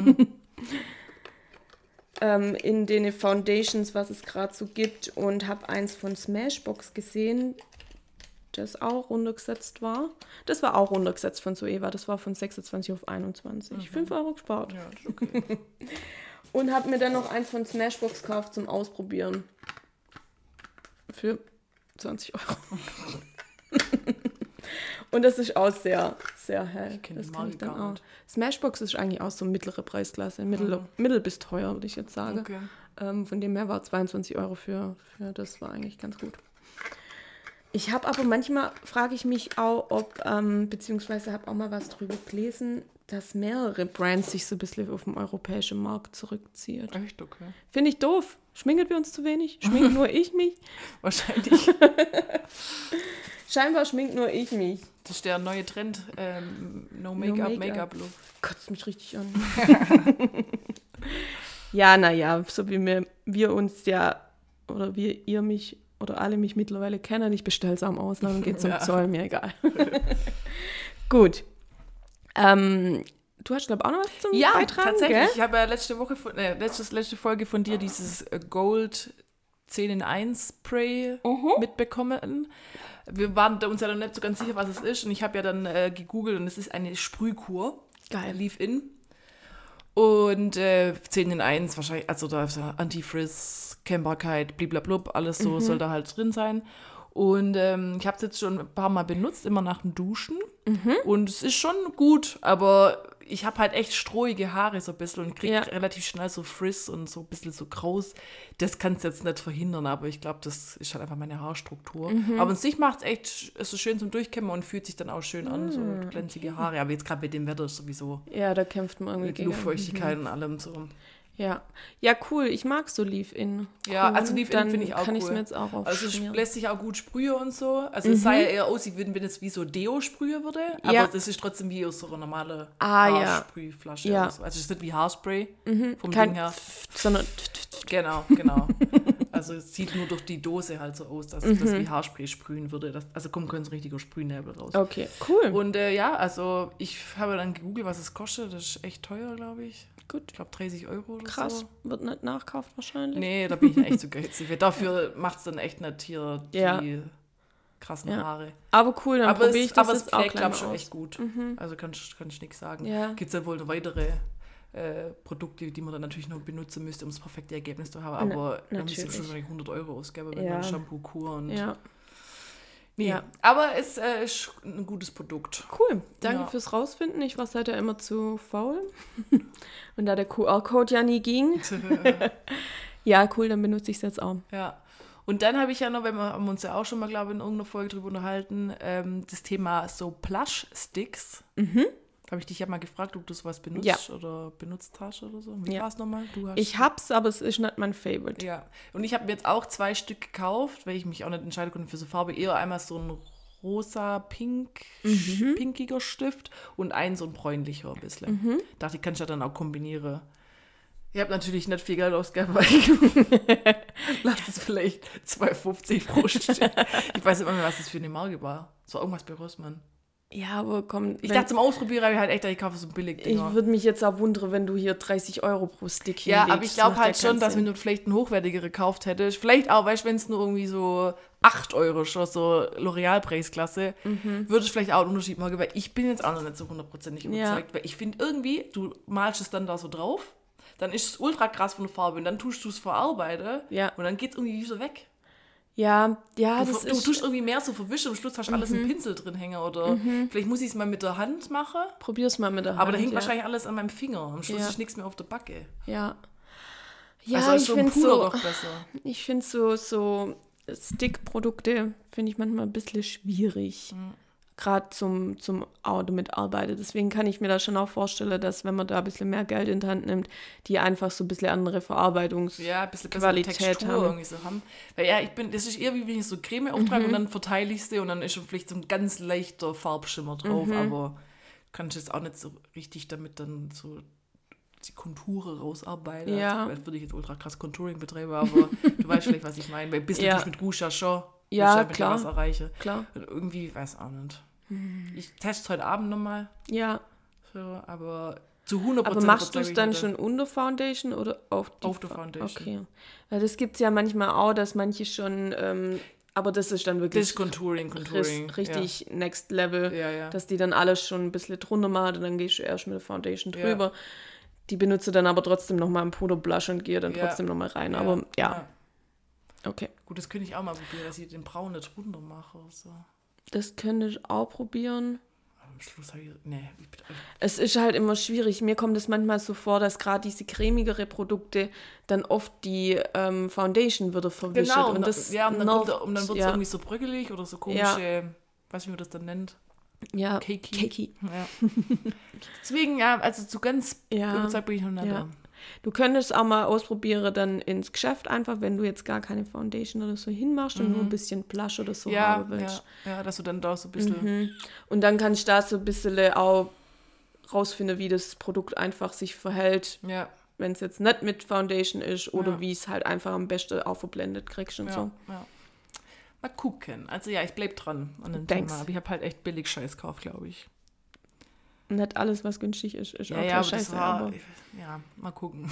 ähm, in den Foundations, was es gerade so gibt. Und habe eins von Smashbox gesehen, das auch runtergesetzt war. Das war auch runtergesetzt von Zoeva. Das war von sechsundzwanzig auf einundzwanzig. fünf Euro gespart. Ja, ist okay. Und habe mir dann noch eins von Smashbox gekauft zum Ausprobieren. Für zwanzig Euro. Und das ist auch sehr, sehr hell. Ich kenn Das die kann ich Marke dann gar auch. nicht. Smashbox ist eigentlich auch so mittlere Preisklasse. Mittel, Mhm. mittel bis teuer, würde ich jetzt sagen. Okay. Ähm, von dem her war zweiundzwanzig Euro für, für das war eigentlich ganz gut. Ich habe aber manchmal, frage ich mich auch, ob, ähm, beziehungsweise habe auch mal was drüber gelesen, dass mehrere Brands sich so ein bisschen auf dem europäischen Markt zurückziehen. Echt okay. Finde ich doof. Schminken wir uns zu wenig? Schminken nur ich mich? Wahrscheinlich. Scheinbar schminkt nur ich mich. Das ist der neue Trend, ähm, No Make-up, No Make-up-Look. Kotzt mich richtig an. Ja, naja, so wie wir, wir uns ja, oder wie ihr mich, oder alle mich mittlerweile kennen, ich bestelle es am Ausland und gehe zum Ja. Zoll, mir egal. Gut. Ähm, du hast, glaube ich, auch noch was zum Ja, Beitragen, tatsächlich. gell? Ich habe ja letzte Woche, von, äh, letztes, letzte Folge von dir dieses äh, Gold zehn in eins Spray mitbekommen. Wir waren uns ja noch nicht so ganz sicher, was es ist. Und ich habe ja dann äh, gegoogelt und es ist eine Sprühkur. Geil. Leave-In. Und äh, zehn in eins wahrscheinlich, also da ist ja Antifrizz, Kennbarkeit, bliblablub, alles so soll da halt drin sein. Und ähm, ich habe es jetzt schon ein paar Mal benutzt, immer nach dem Duschen. Und es ist schon gut, aber ich habe halt echt strohige Haare so ein bisschen und kriege Ja. relativ schnell so Frizz und so ein bisschen so Kraus. Das kann es jetzt nicht verhindern, aber ich glaube, das ist halt einfach meine Haarstruktur. Aber an sich macht es echt, ist so schön zum Durchkämmen und fühlt sich dann auch schön an, so glänzige Haare. Aber jetzt gerade bei dem Wetter ist sowieso Ja, da kämpft man irgendwie mit gegen. Luftfeuchtigkeit und allem so. Ja. Ja, cool. Ich mag so Leave-In. Ja, Cool. also Leave-In Dann finde ich auch kann ich es cool. mir jetzt auch Also es aufschmieren. lässt sich auch gut sprühen und so. Also es sah ja eher aus, wie wenn, wenn es wie so Deo sprühen würde. Aber Ja. das ist trotzdem wie aus so einer normalen Ah, ja. Haarsprühflasche. Ja. Oder so. Also es ist nicht wie Haarspray vom Kein Ding her. sondern Genau, genau. Also es sieht nur durch die Dose halt so aus, dass das wie Haarspray sprühen würde. Das, also kommt kein so richtiger Sprühnebel raus. okay, cool. Und äh, ja, also ich habe dann gegoogelt, was es kostet. Das ist echt teuer, glaube ich. Gut. Ich glaube dreißig Euro oder Krass. so. Wird nicht nachkauft wahrscheinlich. Nee, da bin ich echt so geizig. Weil dafür macht es dann echt nicht hier die Ja. krassen Ja. Haare. Aber cool, dann Aber probiere es, ich das aber es jetzt auch pflegt, gleich glaube mal ich, schon aus. echt gut. Also kann, ich- kann ich nichts sagen. Ja. Gibt es ja wohl noch weitere äh, Produkte, die man dann natürlich noch benutzen müsste, um das perfekte Ergebnis zu haben. Aber Na, da müsste man natürlich. schon wahrscheinlich hundert Euro ausgeben, wenn Ja. man Shampoo, Kur und... Ja, Nee. Ja. Aber es äh, ist ein gutes Produkt. cool. Danke Ja. fürs Rausfinden. Ich war seither immer zu faul. Und da der Q R-Code ja nie ging. Ja, cool, dann benutze ich es jetzt auch. Ja. Und dann habe ich ja noch, wenn wir haben uns ja auch schon mal, glaube ich, in irgendeiner Folge drüber unterhalten, ähm, das Thema so Plush-Sticks. Mhm. Habe ich dich ja mal gefragt, ob du sowas benutzt Ja. oder benutzt hast oder so. Wie Ja. war es nochmal? Du hast Ich hab's, aber es ist nicht mein Favorite. Ja. Und ich habe mir jetzt auch zwei Stück gekauft, weil ich mich auch nicht entscheiden konnte für so Farbe. Eher einmal so ein rosa-pink, Mhm. pinkiger Stift und einen so ein bräunlicher ein bisschen. Mhm. Dachte ich, kann ich ja dann auch kombinieren. Ich habe natürlich nicht viel Geld ausgegeben, weil ich lass es vielleicht zwei fünfzig pro Stück. Ich weiß nicht mehr, was das für eine Marke war. So irgendwas bei Rossmann. Ja, aber komm. Ich wenn- dachte, zum Ausprobieren habe ich halt echt, ich kaufe so billig ich Dinger. würde mich jetzt auch wundern, wenn du hier dreißig Euro pro Stick Ja, hinlegst. aber ich glaube macht halt ja keinen schon, dass Sinn. wenn du vielleicht einen hochwertigere gekauft hättest, vielleicht auch, weißt du, wenn es nur irgendwie so acht Euro schon so L'Oreal-Preisklasse, Mhm. würde ich vielleicht auch einen Unterschied machen, weil ich bin jetzt auch noch nicht so hundertprozentig Ja. überzeugt, weil ich finde irgendwie, du malst es dann da so drauf, dann ist es ultra krass von der Farbe und dann tust du es verarbeiten Ja. und dann geht es irgendwie wieder weg. Ja, ja, Du, das du ist... tust irgendwie mehr so verwischen, am Schluss hast du alles im Pinsel drin hängen oder vielleicht muss ich es mal mit der Hand machen, Probier's mal mit der Hand. aber da hängt ja. wahrscheinlich alles an meinem Finger. Am Schluss Ja. ist nichts mehr auf der Backe. Ja. Ja, also ist ich so ein finde Puder so, doch besser. ich finde so, so Stick-Produkte finde ich manchmal ein bisschen schwierig. Mhm. Gerade zum, zum Au- damit arbeiten. Deswegen kann ich mir da schon auch vorstellen, dass wenn man da ein bisschen mehr Geld in die Hand nimmt, die einfach so ein bisschen andere Verarbeitungs... Ja, ein bisschen bessere Qualität Textur haben. irgendwie so haben. Weil ja, ich bin, das ist eher wie wenn ich so Creme auftrage und dann verteile ich sie und dann ist schon vielleicht so ein ganz leichter Farbschimmer drauf, aber kann ich jetzt auch nicht so richtig damit dann so die Konture rausarbeiten. Ja. Also, würde ich jetzt ultra krass Contouring betreiben, aber du weißt vielleicht, was ich meine. Weil ein bisschen Ja. tust mit Rouge ja schon. Ja, willst damit klar. was erreichen. Klar. Und irgendwie, weiß auch nicht. Ich teste es heute Abend nochmal, Ja, so, aber zu hundert Prozent aber machst du überzeuge es ich dann nicht. schon unter Foundation oder auf die Auf der Fa- Foundation. Okay. Weil das gibt es ja manchmal auch, dass manche schon... Ähm, aber das ist dann Das wirklich ist Contouring, Contouring. ris- richtig Next Level. Ja, ja. Dass die dann alles schon ein bisschen drunter machen und dann gehst du erst mit der Foundation Ja. drüber. Die benutze dann aber trotzdem nochmal einen Puderblush und gehe dann Ja. trotzdem nochmal rein. Ja, Aber ja, ja. okay. Gut, das könnte ich auch mal probieren, dass ich den Braun nicht runter mache. Oder so. Das könnte ich auch probieren. Aber am Schluss habe ich. Nee, ich bin, Es ist halt immer schwierig. Mir kommt es manchmal so vor, dass gerade diese cremigere Produkte dann oft die ähm, Foundation wieder verwischt. genau, und das ja, und dann, noch- kommt, und dann wird es ja, irgendwie so bröckelig oder so komische, weiß nicht, wie man das dann nennt. ja, Cakey. cakey. Ja. Deswegen, ja, also zu ganz Ja. überzeugt bin ich noch nicht. Ja. da. Du könntest auch mal ausprobieren, dann ins Geschäft einfach, wenn du jetzt gar keine Foundation oder so hinmachst und nur ein bisschen Blush oder so ja, haben willst. Ja, ja, dass du dann da so ein bisschen... Mhm. Und dann kannst du da so ein bisschen auch rausfinden, wie das Produkt einfach sich verhält, Ja, wenn es jetzt nicht mit Foundation ist oder Ja. wie es halt einfach am besten auch verblendet kriegst und ja, so. ja. Mal gucken. Also ja, ich bleib dran an dem Thanks. Thema. Aber ich habe halt echt billig Scheiß gekauft, glaube ich. Nicht alles, was günstig ist, ist Ja, auch ja, gleich aber das scheiße. war... Aber Ja, mal gucken.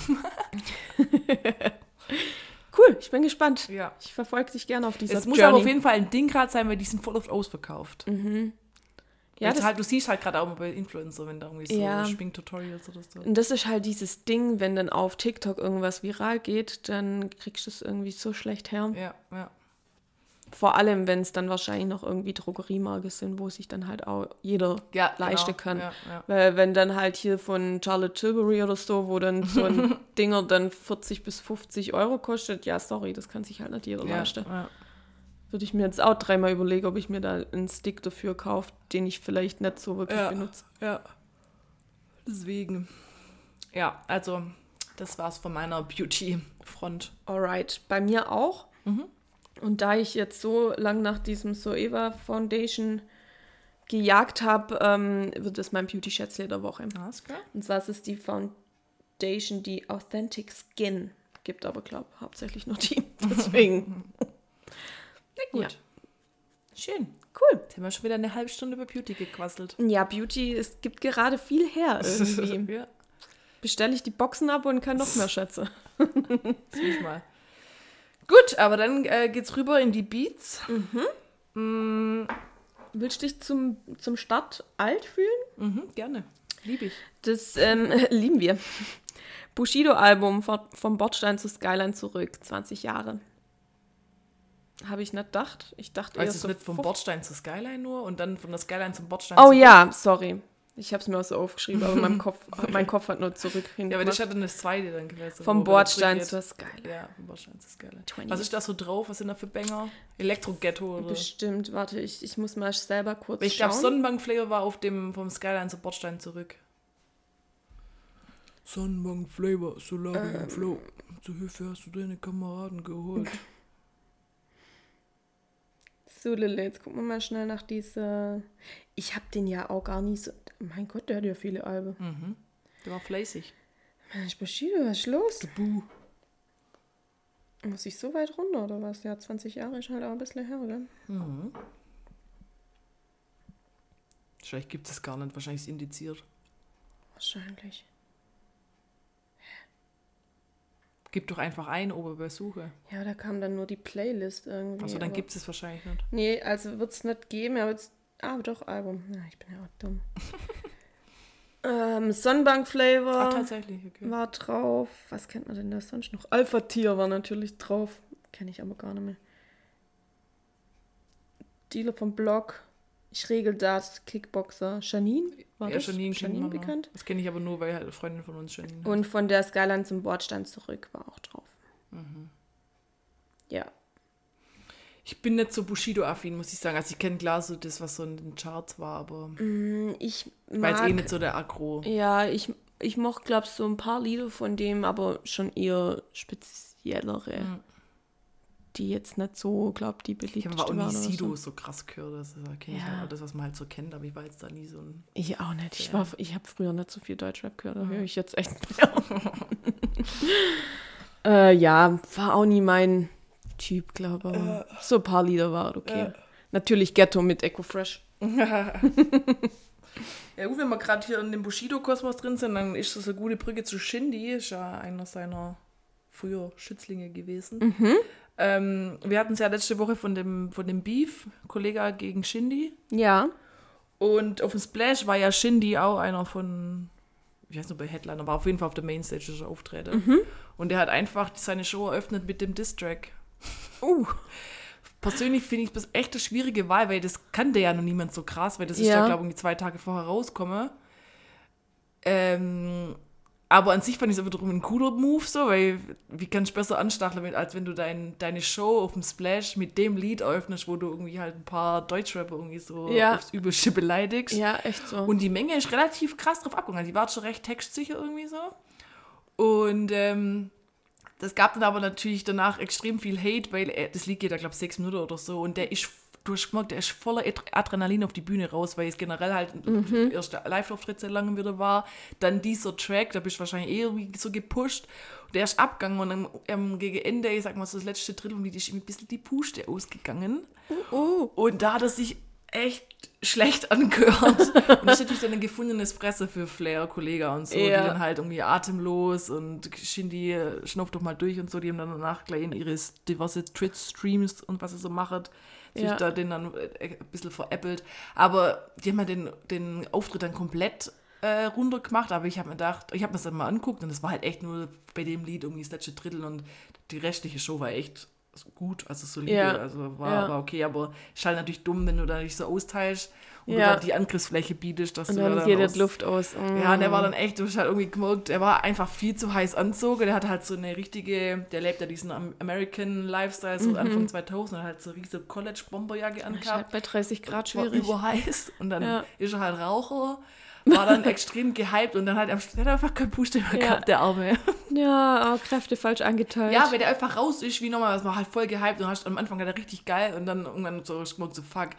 cool, ich bin gespannt. Ja. Ich verfolge dich gerne auf dieser Es muss Journey. aber auf jeden Fall ein Ding gerade sein, weil die sind voll oft ausverkauft. Mhm. Ja, Jetzt das, halt, du siehst halt gerade auch mal bei Influencer, wenn da irgendwie so Ja. Schminktutorials oder so. und das ist halt dieses Ding, wenn dann auf TikTok irgendwas viral geht, dann kriegst du es irgendwie so schlecht her. Ja, ja. Vor allem, wenn es dann wahrscheinlich noch irgendwie Drogeriemarken sind, wo sich dann halt auch jeder Ja, leisten genau. kann. Ja, ja. Weil wenn dann halt hier von Charlotte Tilbury oder so, wo dann so ein Dinger dann vierzig bis fünfzig Euro kostet, ja, sorry, das kann sich halt nicht jeder Ja, leisten. ja. Würde ich mir jetzt auch dreimal überlegen, ob ich mir da einen Stick dafür kaufe, den ich vielleicht nicht so wirklich Ja. benutze. Ja. Deswegen. Ja, also das war's von meiner Beauty-Front. Alright, bei mir auch. Mhm. Und da ich jetzt so lang nach diesem Soeva Foundation gejagt habe, ähm, wird das mein Beauty-Schätzle der Woche. Alles klar. Und zwar ist es die Foundation, die Authentic Skin. Gibt aber, glaube ich, hauptsächlich nur die. Deswegen. Ja, gut. Ja. Schön. Cool. Jetzt haben wir schon wieder eine halbe Stunde über Beauty gequasselt. Ja, Beauty, es gibt gerade viel her irgendwie. ja, Bestelle ich die Boxen ab und kann noch mehr schätzen. sehe ich mal. Gut, aber dann äh, geht's rüber in die Beats. Mm, Willst du dich zum, zum Start alt fühlen? mhm, gerne. Liebe ich. Das ähm, lieben wir. Bushido-Album von- vom Bordstein zu Skyline zurück, zwanzig Jahre. Habe ich nicht gedacht. Ich dachte eher Weißt du, es so nicht vom fünf- Bordstein zur Skyline nur und dann von der Skyline zum Bordstein Oh zurück? ja, sorry. Ich habe es mir auch so aufgeschrieben, aber mein Kopf, mein Kopf hat nur zurück hin. Ja, aber das hat dann das zweite dann gewesen. Vom wo wieder Bordstein zurückgeht. zur Skyline. Ja, vom Bordstein zur Skyline. zwanzig. Was ist da so drauf? Was sind da für Banger? Elektro-Ghetto oder? Bestimmt, warte, ich, ich muss mal selber kurz Ich glaube, schauen. Sonnenbank-Flavor war auf dem vom Skyline zum Bordstein zurück. Sonnenbank-Flavor, Solarium Ähm. Flow. Zu Hilfe hast du deine Kameraden geholt. So, Lille, jetzt gucken wir mal schnell nach dieser... Ich habe den ja auch gar nicht so... Mein Gott, der hat ja viele Alben. Mhm. Der war fleißig. Mensch, Bushido, was ist los? Buh. Muss ich so weit runter, oder was? Ja, zwanzig Jahre ist halt auch ein bisschen her, oder? Mhm. Wahrscheinlich gibt es gar nicht. Wahrscheinlich ist es indiziert. Wahrscheinlich. Gib doch einfach ein, oben bei Suche. Ja, da kam dann nur die Playlist irgendwie. Also dann aber- gibt es wahrscheinlich nicht. Nee, also wird es nicht geben, aber jetzt... Ah, doch, Album. Ja, ich bin ja auch dumm. ähm, Sonnenbank-Flavor Ach, tatsächlich, okay. war drauf. Was kennt man denn da sonst noch? Alpha-Tier war natürlich drauf. Kenne ich aber gar nicht mehr. Dealer vom Blog. Ich regel das. Kickboxer. Janine? War Ja, das? Janine kennt man noch. bekannt? Das kenne ich aber nur, weil halt eine Freundin von uns Janine hat. Und von der Skyline zum Bordstein zurück war auch drauf. Mhm. Ja. Ich bin nicht so Bushido-affin, muss ich sagen. Also ich kenne klar so das, was so in den Charts war, aber Mm, Ich war jetzt mag... eh nicht so der Aggro. Ja, ich, ich mochte, glaube ich, so ein paar Lieder von dem, aber schon eher speziellere, Mhm. die jetzt nicht so, glaube die Ich beliebtesten habe aber auch nie waren oder Sido so. so krass gehört. Das kenne ich Ja. halt auch das, was man halt so kennt, aber ich war jetzt da nie so ein... Ich auch nicht. Ich, Ja. war, ich habe früher nicht so viel Deutschrap gehört, da Ja. höre ich jetzt echt nicht mehr. äh, ja, war auch nie mein Typ, glaube ich. So ein paar Lieder war okay. Äh. Natürlich Ghetto mit Echo Fresh. Ja gut, wenn wir gerade hier in dem Bushido-Kosmos drin sind, dann ist das eine gute Brücke zu Shindy. Ist ja einer seiner früher Schützlinge gewesen. Mhm. Ähm, wir hatten es ja letzte Woche von dem, von dem Beef, Kollega gegen Shindy. Ja. Und auf dem Splash war ja Shindy auch einer von, ich weiß nicht, bei Headliner, aber auf jeden Fall auf der Mainstage ist er auftreten. Mhm. Und der hat einfach seine Show eröffnet mit dem Diss-Track. Uh. Persönlich finde ich das echt eine schwierige Wahl, weil das kannte ja noch niemand so krass, weil das ist Ja. ja, glaube ich, zwei Tage vorher rausgekommen. Ähm, aber an sich fand ich es wiederum ein cooler Move, so, weil wie kannst du besser anstacheln, als wenn du dein, deine Show auf dem Splash mit dem Lied eröffnest, wo du irgendwie halt ein paar Deutschrapper irgendwie so Ja. aufs Übelste beleidigst. Ja, echt so. Und die Menge ist relativ krass drauf abgegangen. Die war schon recht textsicher irgendwie so. Und ähm, das gab dann aber natürlich danach extrem viel Hate, weil er, das Lied geht da, glaube ich, sechs Minuten oder so. Und der ist, du hast gemerkt, der ist voller Adrenalin auf die Bühne raus, weil es generell halt mhm. erst der Live-Auftritt sehr lange wieder war. Dann dieser Track, da bist du wahrscheinlich eher irgendwie so gepusht. Und der ist abgegangen und dann ähm, gegen Ende, ich sag mal so das letzte Drittel, und die ist irgendwie ein bisschen die Puste ausgegangen. Uh, uh. Und da hat er sich echt schlecht angehört. Und das ist natürlich dann ein gefundenes Fresse für Flair, Kollega und so, ja. Die dann halt irgendwie atemlos und Shindy schnauft doch mal durch und so, die haben dann danach gleich in ihre diverse Twitch-Streams und was sie so macht, sich ja. da den dann ein bisschen veräppelt. Aber die haben ja den, den Auftritt dann komplett äh, runtergemacht, aber ich habe mir gedacht, ich habe mir das dann mal angeguckt und es war halt echt nur bei dem Lied irgendwie das letzte Drittel und die restliche Show war echt gut, also solide, ja. also war, ja. war okay, aber ist halt natürlich dumm, wenn du da nicht so austeilst und ja. du dann die Angriffsfläche bietest, dass und du dann dann geht aus, die Luft aus. Mm. Ja, und der war dann echt, du hast halt irgendwie gemerkt, er war einfach viel zu heiß angezogen, der hat halt so eine richtige, der lebt ja diesen American Lifestyle, so mhm. Anfang zweitausend, hat halt so eine riesige College-Bomberjacke angehabt. Halt bei dreißig Grad war schwierig. Überheiß und dann ja. ist er halt Raucher, war dann extrem gehypt und dann hat er hat einfach keinen Puste mehr gehabt, ja. der Arme. Ja, oh, Kräfte falsch angeteilt. Ja, wenn der einfach raus ist, wie nochmal, das war halt voll gehypt und hast am Anfang hat er richtig geil und dann irgendwann so geschmeckt so fuck.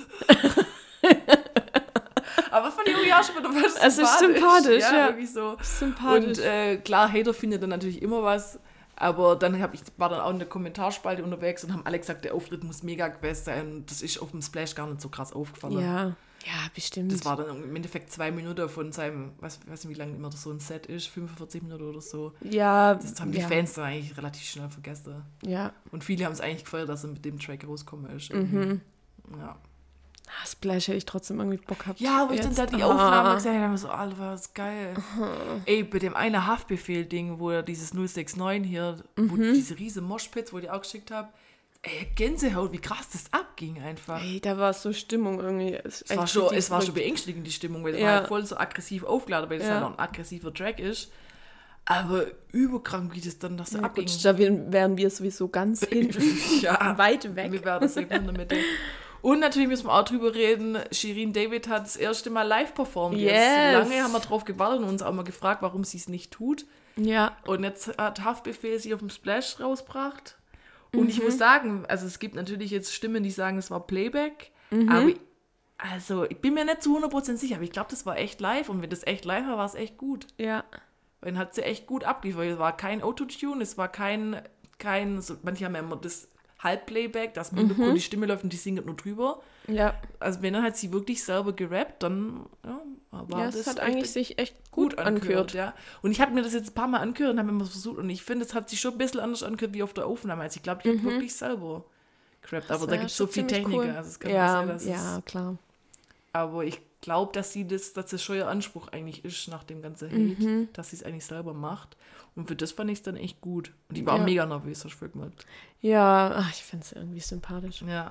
Aber von irgendwie auch schon wieder was es ist sympathisch, ja. ja. Irgendwie so. Sympathisch. Und äh, klar, Hater findet dann natürlich immer was, aber dann hab ich, war dann auch in der Kommentarspalte unterwegs und haben alle gesagt, der Auftritt muss mega gewesen sein und das ist auf dem Splash gar nicht so krass aufgefallen. Ja. Ja, bestimmt. Das war dann im Endeffekt zwei Minuten von seinem, weiß, weiß nicht, wie lange immer so ein Set ist, fünfundvierzig Minuten oder so. Ja. Das haben die ja. Fans dann eigentlich relativ schnell vergessen. Ja. Und viele haben es eigentlich gefeiert, dass er mit dem Track rausgekommen ist. Mhm. Ja. Ah, Splash hätte ich trotzdem irgendwie Bock gehabt. Ja, wo ich dann da die Aufnahme gesehen habe, so, Alter, war das geil. Ey, bei dem einen Haftbefehl-Ding, wo er dieses null sechs neun hier, mhm. wo diese riesen Moshpits, wo ich auch geschickt habe, ey, Gänsehaut, wie krass das abging einfach. Ey, da war so Stimmung irgendwie. Es, es, war, schon, es war schon beängstigend, die Stimmung, weil es ja. war halt voll so aggressiv aufgeladen, weil es ja. halt noch ein aggressiver Track ist. Aber überkrank, wie das dann das so ja, abging. Gut, da wären wir sowieso ganz hinten. ja, weit weg. Wir wären safe in der Mitte. Und natürlich müssen wir auch drüber reden, Shirin David hat das erste Mal live performt. Yes. Jetzt lange haben wir drauf gewartet und uns auch mal gefragt, warum sie es nicht tut. Ja. Und jetzt hat Haftbefehl sie auf dem Splash rausgebracht. Und mhm. ich muss sagen, also es gibt natürlich jetzt Stimmen, die sagen, es war Playback, mhm. aber ich, also ich bin mir nicht zu hundert Prozent sicher, aber ich glaube, das war echt live und wenn das echt live war, war es echt gut. Ja. Weil dann hat sie echt gut abgeliefert. Es war kein Autotune, es war kein, kein so, manche haben ja immer das Halbplayback, dass man mhm. die Stimme läuft und die singt nur drüber. Ja. Also wenn dann hat sie wirklich selber gerappt, dann ja, war ja, das es hat echt eigentlich sich echt gut, gut angehört. Ja. Und ich habe mir das jetzt ein paar Mal angehört und habe immer versucht und ich finde, es hat sich schon ein bisschen anders angehört wie auf der Aufnahme. Also ich glaube, die mhm. hat wirklich selber gerappt. Aber da gibt es so viel Techniker. Cool. Also es kann ja, sein, dass ja, es, klar. Aber ich glaube, dass sie das, dass das schon ihr Anspruch eigentlich ist nach dem ganzen Hate, mhm. dass sie es eigentlich selber macht. Und für das fand ich es dann echt gut. Und ich war ja. mega nervös, hast du gemerkt. Ja, ach, ich finde es irgendwie sympathisch. Ja.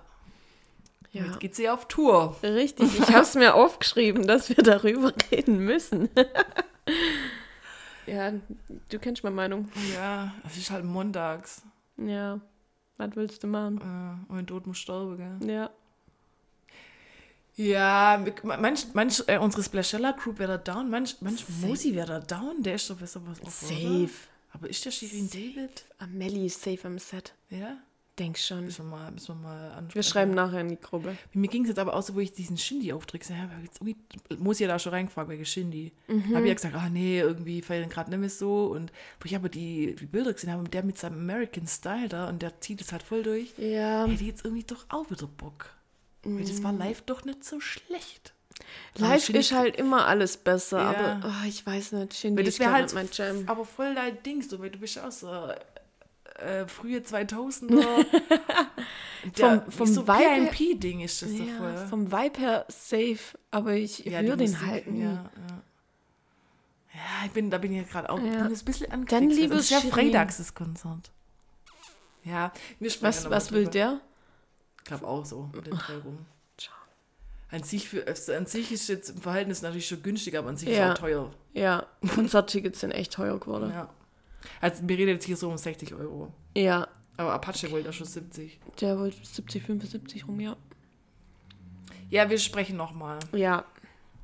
ja. Jetzt geht sie auf Tour. Richtig, ich habe es mir aufgeschrieben, dass wir darüber reden müssen. ja, du kennst meine Meinung. Ja, es ist halt montags. Ja, was willst du machen? Äh, und Tod muss sterben, gell? Ja. Ja, manch, manch äh, unsere Splashella-Crew wäre da down, manch, manch Mosi wäre da down, der ist doch besser was auf, Safe. Oder? Aber ist der Shirin David? Amelie ist safe am Set. Ja? Denk schon. Müssen wir mal, müssen wir mal ansprechen. Wir schreiben nachher in die Gruppe. Mir ging es jetzt aber auch so, wo ich diesen Shindy-Auftritt gesehen habe, jetzt irgendwie, muss ja da schon reingefragt wegen Shindy. Mhm. Habe ich ja gesagt, ah nee, irgendwie feiern gerade nicht mehr so. Und wo ich aber die, die Bilder gesehen habe, der mit seinem American Style da und der zieht es halt voll durch, ja. hätte jetzt irgendwie doch auch wieder Bock. Mm. Weil das war live doch nicht so schlecht. Live ist halt immer alles besser, ja. aber oh, ich weiß nicht, Shindy ist halt mein Jam. Aber voll dein Ding, so, weil du bist auch so äh, frühe zweitausender. der, vom vom so Vibe P N P-Ding ist das ja, so voll. Vom Vibe her safe, aber ich ja, höre den Musik, halt nie. Ja, ja. ja ich bin, da bin ich ja gerade auch ja. bin ein bisschen angekriegt. Dann liebes das ist ja freitags das Konzert. Ja, wir Was, was will der? Ich glaube auch so, um den Dreh rum. An sich, für, an sich ist jetzt im Verhältnis natürlich schon günstig, aber an sich ja. ist auch teuer. Ja, Konzerttickets sind echt teuer geworden. Ja. Also wir reden jetzt hier so um sechzig Euro. Ja. Aber Apache wollte ja schon siebzig. Der wollte siebzig, fünfundsiebzig rum, ja. Ja, wir sprechen nochmal. Ja.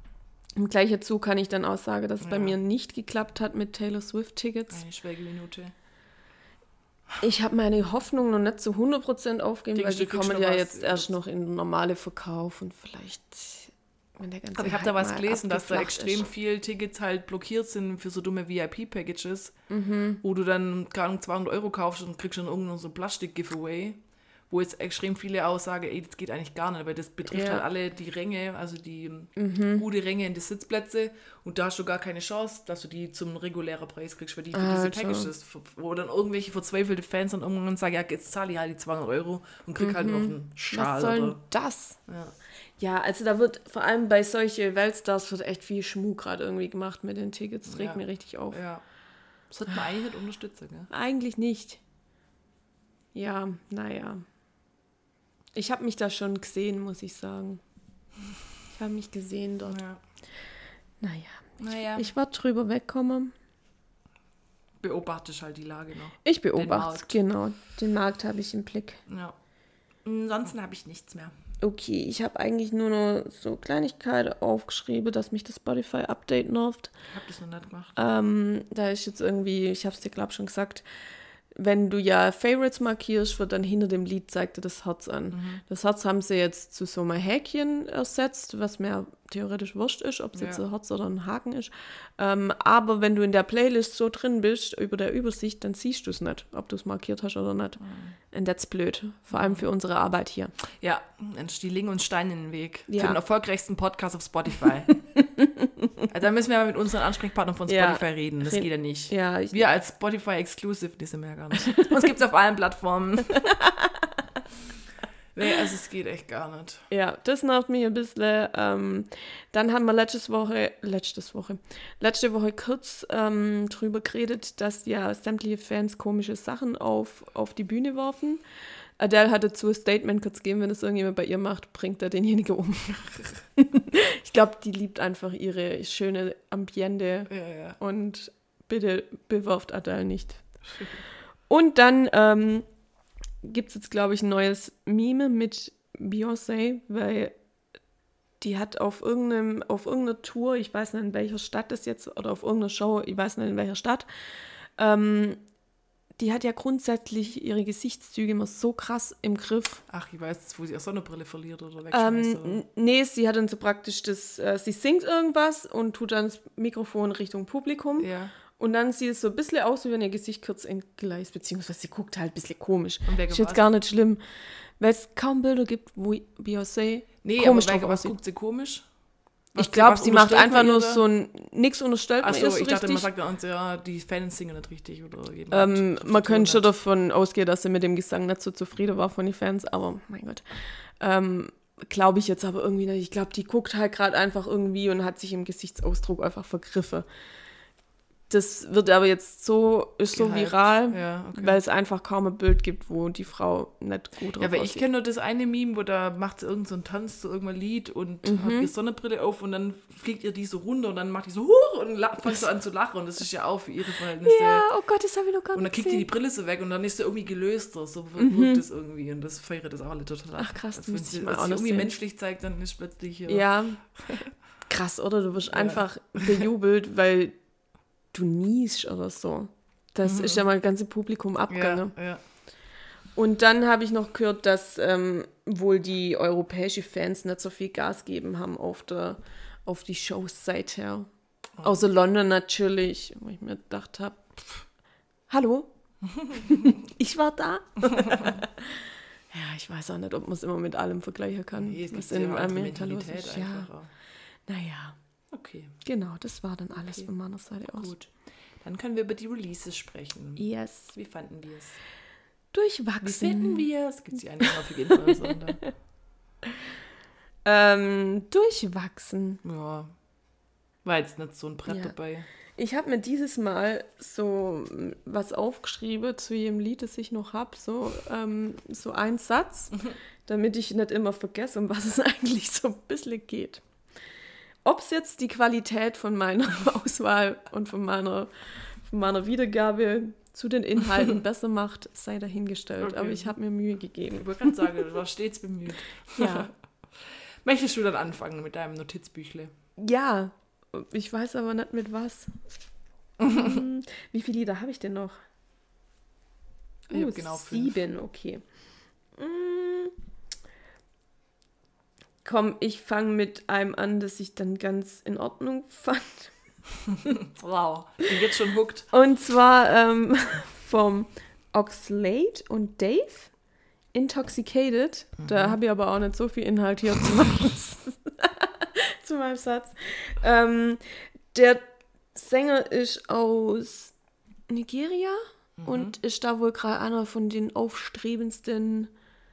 Im gleichen Zug kann ich dann auch sagen, dass es Ja. bei mir nicht geklappt hat mit Taylor Swift-Tickets. Eine Schweigeminute. Ich habe meine Hoffnung noch nicht zu hundert Prozent aufgegeben, Denkst weil du, die kriegst du kommen noch ja was? jetzt erst noch in den normalen Verkauf und vielleicht, wenn der ganze Aber ich habe Hype da was mal gelesen, dass da abgeflacht extrem ist. viel Tickets halt blockiert sind für so dumme V I P-Packages, Mhm. wo du dann, keine Ahnung, zweihundert Euro kaufst und kriegst dann irgendein so ein Plastik-Giveaway, wo jetzt extrem viele auch sagen, ey, das geht eigentlich gar nicht, weil das betrifft Ja. halt alle die Ränge, also die Mhm. gute Ränge in die Sitzplätze und da hast du gar keine Chance, dass du die zum regulären Preis kriegst, weil die für Alter. diese Packages, wo dann irgendwelche verzweifelte Fans dann irgendwann sagen, ja, jetzt zahle ich halt die zweihundert Euro und krieg halt noch einen Schal. Was soll denn Oder, das? ja. Ja, also da wird vor allem bei solchen Weltstars wird echt viel Schmuck gerade irgendwie gemacht mit den Tickets. Das regt Ja. mir richtig auf. ja. Das sollte man eigentlich nicht unterstützen, gell? Eigentlich nicht. Ja, naja. Ich habe mich da schon gesehen, muss ich sagen. Ich habe mich gesehen dort. Ja. Naja, Naja, ich werde drüber wegkommen. beobachtest halt die Lage noch. Ich beobachte es, Markt. genau. Den Markt habe ich im Blick. Ja. Ansonsten habe ich nichts mehr. Okay, ich habe eigentlich nur noch so Kleinigkeiten aufgeschrieben, dass mich das Spotify-Update nervt. Ich habe das noch nicht gemacht. Ähm, da ist jetzt irgendwie, ich habe es dir glaube ich schon gesagt, wenn du ja Favorites markierst, wird dann hinter dem Lied zeigt dir das Herz an. Mhm. Das Herz haben sie jetzt zu so einem Häkchen ersetzt, was mir theoretisch wurscht ist, ob es Ja. jetzt ein Herz oder ein Haken ist. Ähm, aber wenn du in der Playlist so drin bist, über der Übersicht, dann siehst du es nicht, ob du es markiert hast oder nicht. Und das ist blöd, vor allem für unsere Arbeit hier. Ja, dann stehen uns Steine in den Weg. Ja. Für den erfolgreichsten Podcast auf Spotify. Also da müssen wir mal mit unseren Ansprechpartnern von Ja. Spotify reden. Das Red- geht ja nicht. Ja, ich, Wir als Spotify Exclusive, die sind wir ja gar nicht. Uns gibt es auf allen Plattformen. Nee, also es geht echt gar nicht. Ja, das nervt mich ein bisschen. Ähm, dann haben wir letztes Woche, letztes Woche, letzte Woche kurz ähm, drüber geredet, dass ja sämtliche Fans komische Sachen auf, auf die Bühne werfen. Adele hat dazu ein Statement kurz gegeben, wenn das irgendjemand bei ihr macht, bringt er denjenigen um. Ich glaube, die liebt einfach ihre schöne Ambiente Ja, ja. und bitte bewirft Adele nicht. Und dann ähm, gibt es jetzt, glaube ich, ein neues Meme mit Beyoncé, weil die hat auf irgendeinem, auf irgendeiner Tour, ich weiß nicht in welcher Stadt das jetzt, oder auf irgendeiner Show, ich weiß nicht in welcher Stadt, ähm, die hat ja grundsätzlich ihre Gesichtszüge immer so krass im Griff. Ach, ich weiß jetzt, wo sie ihre Sonnenbrille verliert oder wegschmeißt. Ähm, n- nee, sie hat dann so praktisch das, äh, sie singt irgendwas und tut dann das Mikrofon Richtung Publikum. oder? Ja. Und dann sieht es so ein bisschen aus, wie wenn ihr Gesicht kurz entgleist, beziehungsweise sie guckt halt ein bisschen komisch. Und wer Ist jetzt was? gar nicht schlimm, weil es kaum Bilder gibt, wo Beyoncé Nee, komisch aber drauf was aussieht. guckt sie komisch? Was- Ich glaube, was sie macht unterstellt einfach man nur ihr da? so ein, nix unterstellt man Achso, ihr so ich dachte, man richtig. sagt dann, ja, die Fans singen nicht richtig oder jemand Ähm, auf man die Tour könnte schon nicht. davon ausgehen, dass sie mit dem Gesang nicht so zufrieden war von den Fans, aber mein Gott. Ähm, glaube ich jetzt aber irgendwie nicht. Ich glaube, die guckt halt gerade einfach irgendwie und hat sich im Gesichtsausdruck einfach vergriffen. Das wird aber jetzt so, ist so Gehypt. viral, Ja, okay. weil es einfach kaum ein Bild gibt, wo die Frau nicht gut drauf Ja, aber ich aussieht. kenne nur das eine Meme, wo da macht sie irgendeinen so einen Tanz zu irgendeinem Lied und Mhm. hat ihre Sonnenbrille auf und dann fliegt ihr die so runter und dann macht die so huch und la- fängt so an zu lachen und das ist ja auch für ihre Verhältnisse. Ja, oh Gott, das habe ich noch gar Und dann nicht kriegt die die gesehen. Brille so weg und dann ist sie irgendwie gelöster, so wirkt es irgendwie und das feiert das auch alle total ab. Ach, krass, Also wenn müsste sie ich mal wenn auch sie noch irgendwie sehen. menschlich zeigt, dann ist plötzlich hier. Ja, krass, oder? Du wirst einfach bejubelt, weil du niest oder so. Das ist ja mal das ganze Publikum abgegangen. ja, ja. Und dann habe ich noch gehört, dass ähm, wohl die europäischen Fans nicht so viel Gas geben haben auf, der, auf die Shows seither. Außer London natürlich, wo ich mir gedacht habe, hallo, ich war da. Ja, ich weiß auch nicht, ob man es immer mit allem vergleichen kann, Nee, es was gibt in ja eine andere Amerika los Mentalität ist. Ja, einfach. naja, Okay, genau, das war dann alles Okay. von meiner Seite aus. gut. Dann können wir über die Releases sprechen. Yes, Wie fanden wir es? durchwachsen. Wie finden wir es? Gibt es die eine häufige Influencer? Ähm, durchwachsen. Ja. War jetzt nicht so ein Brett Ja. dabei. Ich habe mir dieses Mal so mm, was aufgeschrieben zu jedem Lied, das ich noch habe, so, ähm, so ein Satz, damit ich nicht immer vergesse, um was es eigentlich so ein bisschen geht. Ob es jetzt die Qualität von meiner Auswahl und von meiner, von meiner Wiedergabe zu den Inhalten besser macht, sei dahingestellt. Okay. Aber ich habe mir Mühe gegeben. Ich wollte gerade sagen, du warst stets bemüht. Ja. Möchtest du dann anfangen mit deinem Notizbüchle? Ja, ich weiß aber nicht mit was. Hm, Wie viele Lieder habe ich denn noch? Ich hab Uh, genau fünf. sieben, okay. Hm. Komm, ich fange mit einem an, das ich dann ganz in Ordnung fand. Wow, ich bin jetzt schon hooked. Und zwar ähm, vom Oxlade und Dave, Intoxicated. Da habe ich aber auch nicht so viel Inhalt hier zu meinem, zu meinem Satz. Ähm, der Sänger ist aus Nigeria und ist da wohl gerade einer von den aufstrebendsten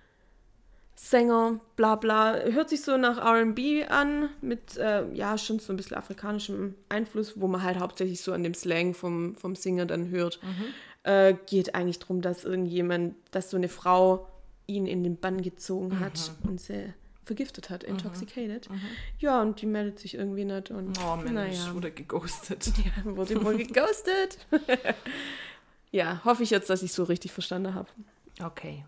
Sänger, bla bla. Hört sich so nach R and B an, mit, äh, ja, schon so ein bisschen afrikanischem Einfluss, wo man halt hauptsächlich so an dem Slang vom, vom Singer dann hört. Äh, geht eigentlich darum, dass irgendjemand, dass so eine Frau ihn in den Bann gezogen hat und sie vergiftet hat, intoxicated. Ja, und die meldet sich irgendwie nicht. Und, Oh Mensch, naja. wurde geghostet. Ja, wurde wohl geghostet. Ja, hoffe ich jetzt, dass ich so richtig verstanden habe. Okay.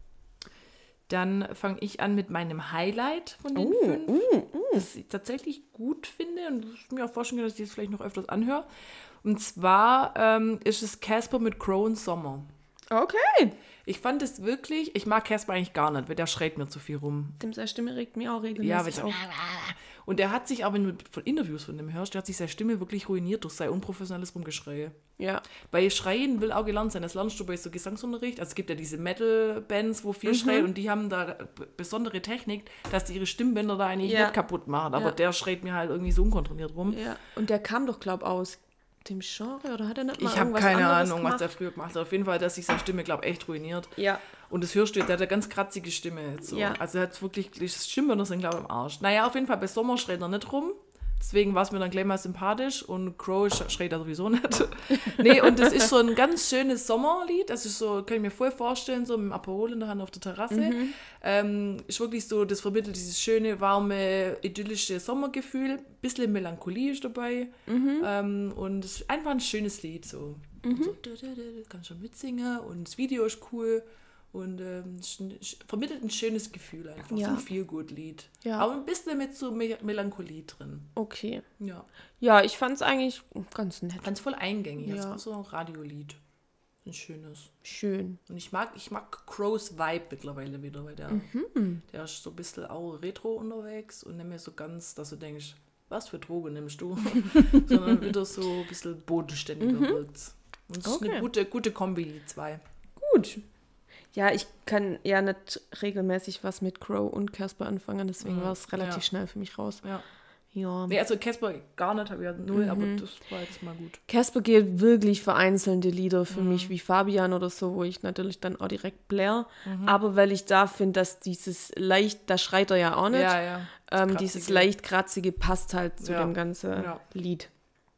Dann fange ich an mit meinem Highlight von den Oh, fünf, uh, uh. das ich tatsächlich gut finde und ich mir auch vorstellen kann, dass ich das vielleicht noch öfters anhöre. Und zwar ähm, ist es Casper mit Crow und Sommer. Okay. Ich fand es wirklich, ich mag Casper eigentlich gar nicht, weil der schreit mir zu viel rum. Dem seine Stimme regt mich auch Ja, regelmäßig weil auf. und der hat sich aber, wenn du von Interviews von dem hörst, der hat sich seine Stimme wirklich ruiniert durch sein unprofessionelles Rumgeschrei. Ja. Bei Schreien will auch gelernt sein. Das lernst du bei so Gesangsunterricht. Also es gibt ja diese Metal-Bands, wo viel schreien und die haben da b- besondere Technik, dass die ihre Stimmbänder da eigentlich Ja. nicht kaputt machen. Aber Ja. der schreit mir halt irgendwie so unkontrolliert rum. Ja. Und der kam doch, glaub aus dem Genre, oder hat er nicht mal Ich habe irgendwas keine anderes Ahnung, was gemacht? der früher gemacht hat. Auf jeden Fall, dass sich seine Stimme, glaube ich, echt ruiniert. Ja. Und das hörst du jetzt, der hat eine ganz kratzige Stimme jetzt so. Ja. Also er hat wirklich, die Stimmbänder sind, glaube ich, im Arsch. Naja, auf jeden Fall, bei Sommer schreit er nicht rum. Deswegen war es mir dann gleich mal sympathisch und Crow sch- schreit er sowieso nicht. Nee, und das ist so ein ganz schönes Sommerlied. Das ist so, kann ich mir voll vorstellen, so mit dem Aperol in der Hand auf der Terrasse. Ähm, ist wirklich so, das vermittelt dieses schöne, warme, idyllische Sommergefühl. Bisschen Melancholie ist dabei. Ähm, und es ist einfach ein schönes Lied. So, so da, da, da, da, kannst schon mitsingen und das Video ist cool. Und ähm, es sch- vermittelt ein schönes Gefühl einfach. Ja. So ein Feel-Good-Lied. Ja. Aber ein bisschen mit so Me- Melancholie drin. Okay. Ja. Ja, ich fand es eigentlich ganz nett. Ganz voll eingängig. Ja. Ja. Also so ein Radiolied. Ein schönes. Schön. Und ich mag, ich mag Crows Vibe mittlerweile wieder, weil der, der ist so ein bisschen auch retro unterwegs und nicht mehr so ganz, dass du denkst, was für Droge nimmst du? Sondern wieder so ein bisschen bodenständiger wirkt. Und es ist Okay. eine gute, gute Kombi, die zwei. Gut. Ja, ich kann ja nicht regelmäßig was mit Crow und Casper anfangen, deswegen Mhm, war es relativ ja. schnell für mich raus. Ja. Ja. Nee, also Casper gar nicht, habe ich ja null, aber das war jetzt mal gut. Casper geht wirklich vereinzelte Lieder für mich, wie Fabian oder so, wo ich natürlich dann auch direkt blär. Aber weil ich da finde, dass dieses leicht, da schreit er ja auch nicht, Ja, ja. ähm, Kratzige. dieses leicht kratzige passt halt zu Ja. dem ganzen Ja. Lied.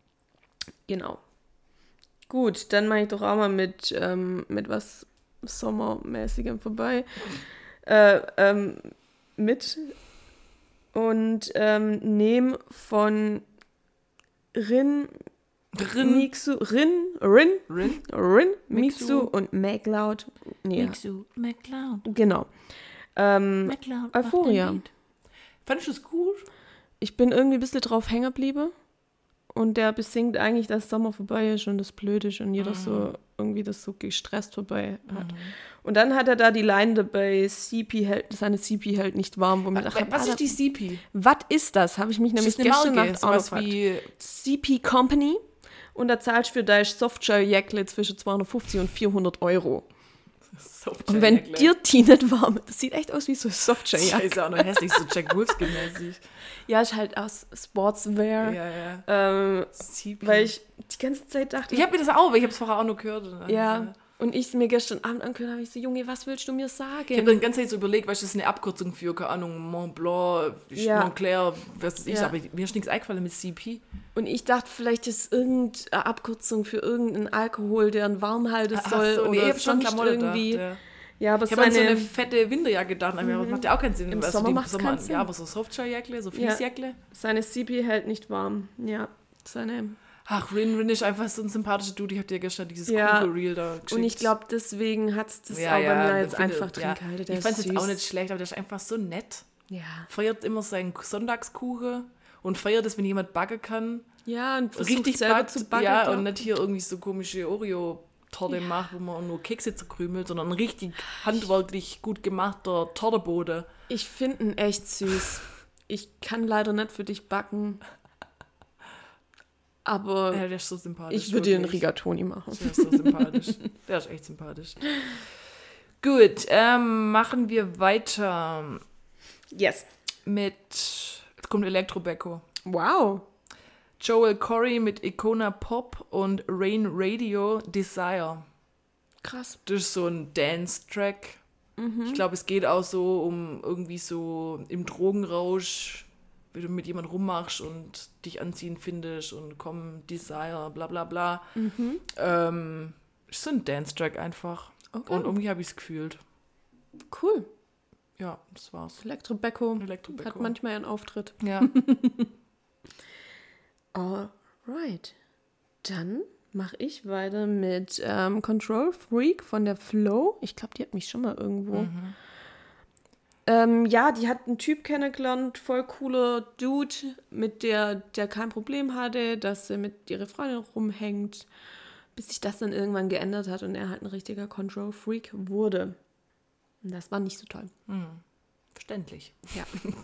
Genau. Gut, dann mache ich doch auch mal mit, ähm, mit was Sommermäßigem vorbei. Äh, ähm, mit und ähm, nehme von Rin, Rin. Mixu, Rin, Rin, Rin? Rin, Mixu. Mixu und MacLeod. Nee, Mixu, McCloud. genau. Ähm, McCloud. Euphoria. Fandest du es gut? Ich bin irgendwie ein bisschen drauf hängen geblieben. Und der besingt eigentlich, dass Sommer vorbei ist und das blöd ist und jeder so irgendwie das so gestresst vorbei hat. Und dann hat er da die Line dabei, C P hält, seine C P hält nicht warm, wo mir dachte, Was ist die C P? was ist das? Habe ich mich nämlich Ist das eine gestern Marke? Nacht auch noch Sowas gefragt. wie C P Company und da zahlst du für dein Softshell-Jäckle zwischen zweihundertfünfzig und vierhundert Euro. Und wenn dir die nicht warm ist, das sieht echt aus wie so ein Softshell-Jacke. Scheiße, auch noch hässlich, so Jack Wolfskin-mäßig. Ja, ist halt aus Sportswear. Ja, ja. Ähm, C P. weil ich die ganze Zeit dachte, Ich habe mir das auch, weil ich habe es vorher auch noch gehört. Und dann- ja, und ich mir gestern Abend angehört habe, ich so, Junge, was willst du mir sagen? Ich habe dann die ganze Zeit so überlegt, weißt du, das ist eine Abkürzung für, keine Ahnung, Mont Blanc, Ja. Montclair, was weiß ich, Ja. aber mir ist nichts eingefallen mit C P. Und ich dachte, vielleicht ist irgendeine Abkürzung für irgendeinen Alkohol, der einen warm halten soll so, nee, ich oder hab schon sonst Klamotte irgendwie. gedacht, ja. Ja, aber Ich habe an so seine, eine fette Winterjacke gedacht, aber das macht ja auch keinen Sinn. Im Also Sommer die- macht's keinen Sinn. Ja, aber so Softshell-Jäckle, so Ja. Fließjäckle. seine C P hält nicht warm. Ja, seine. Ach, Rin, Rin ist einfach so ein sympathischer Dude. Ich habe dir gestern dieses Ja. Google-Reel da geschickt. Und ich glaube, deswegen hat es das ja, auch bei ja, mir jetzt finde- einfach drin ja. gehalten. Der Ich fand es ist jetzt auch süß. nicht schlecht, aber der ist einfach so nett. Ja. Feiert immer seinen Sonntagskuchen und feiere das, wenn jemand backen kann. Ja, und versucht Richtig selber backt, zu backen. ja, glaub. und nicht hier irgendwie so komische Oreo-Torte macht, wo man nur Kekse zerkrümelt, sondern ein richtig handwerklich gut gemachter Torteboden. Ich finde ihn echt süß. Ich kann leider nicht für dich backen. Aber Ja, der ist so sympathisch. ich würde dir einen wirklich. Rigatoni machen. Der ist so sympathisch. Der ist echt sympathisch. Gut, ähm, machen wir weiter Yes. mit, jetzt kommt Elektro-Becco. Wow. Joel Corey mit Icona Pop und Rain Radio Desire. Krass. Das ist so ein Dance-Track. Ich glaube, es geht auch so um irgendwie so im Drogenrausch, wie du mit jemandem rummachst und dich anziehen findest und komm, Desire, bla bla bla. Mhm. Ähm, ist so ein Dance-Track einfach. Okay. Und irgendwie habe ich es gefühlt. Cool. Ja, das war's. Elektro-Becco Elektro-Becco. hat manchmal einen Auftritt. Ja. Alright. Dann mache ich weiter mit ähm, Control Freak von der Flow. Ich glaube, die hat mich schon mal irgendwo. Mhm. Ähm, ja, die hat einen Typ kennengelernt, voll cooler Dude, mit der der kein Problem hatte, dass sie mit ihrer Freundin rumhängt, bis sich das dann irgendwann geändert hat und er halt ein richtiger Control Freak wurde. Und das war nicht so toll. Verständlich. Ja.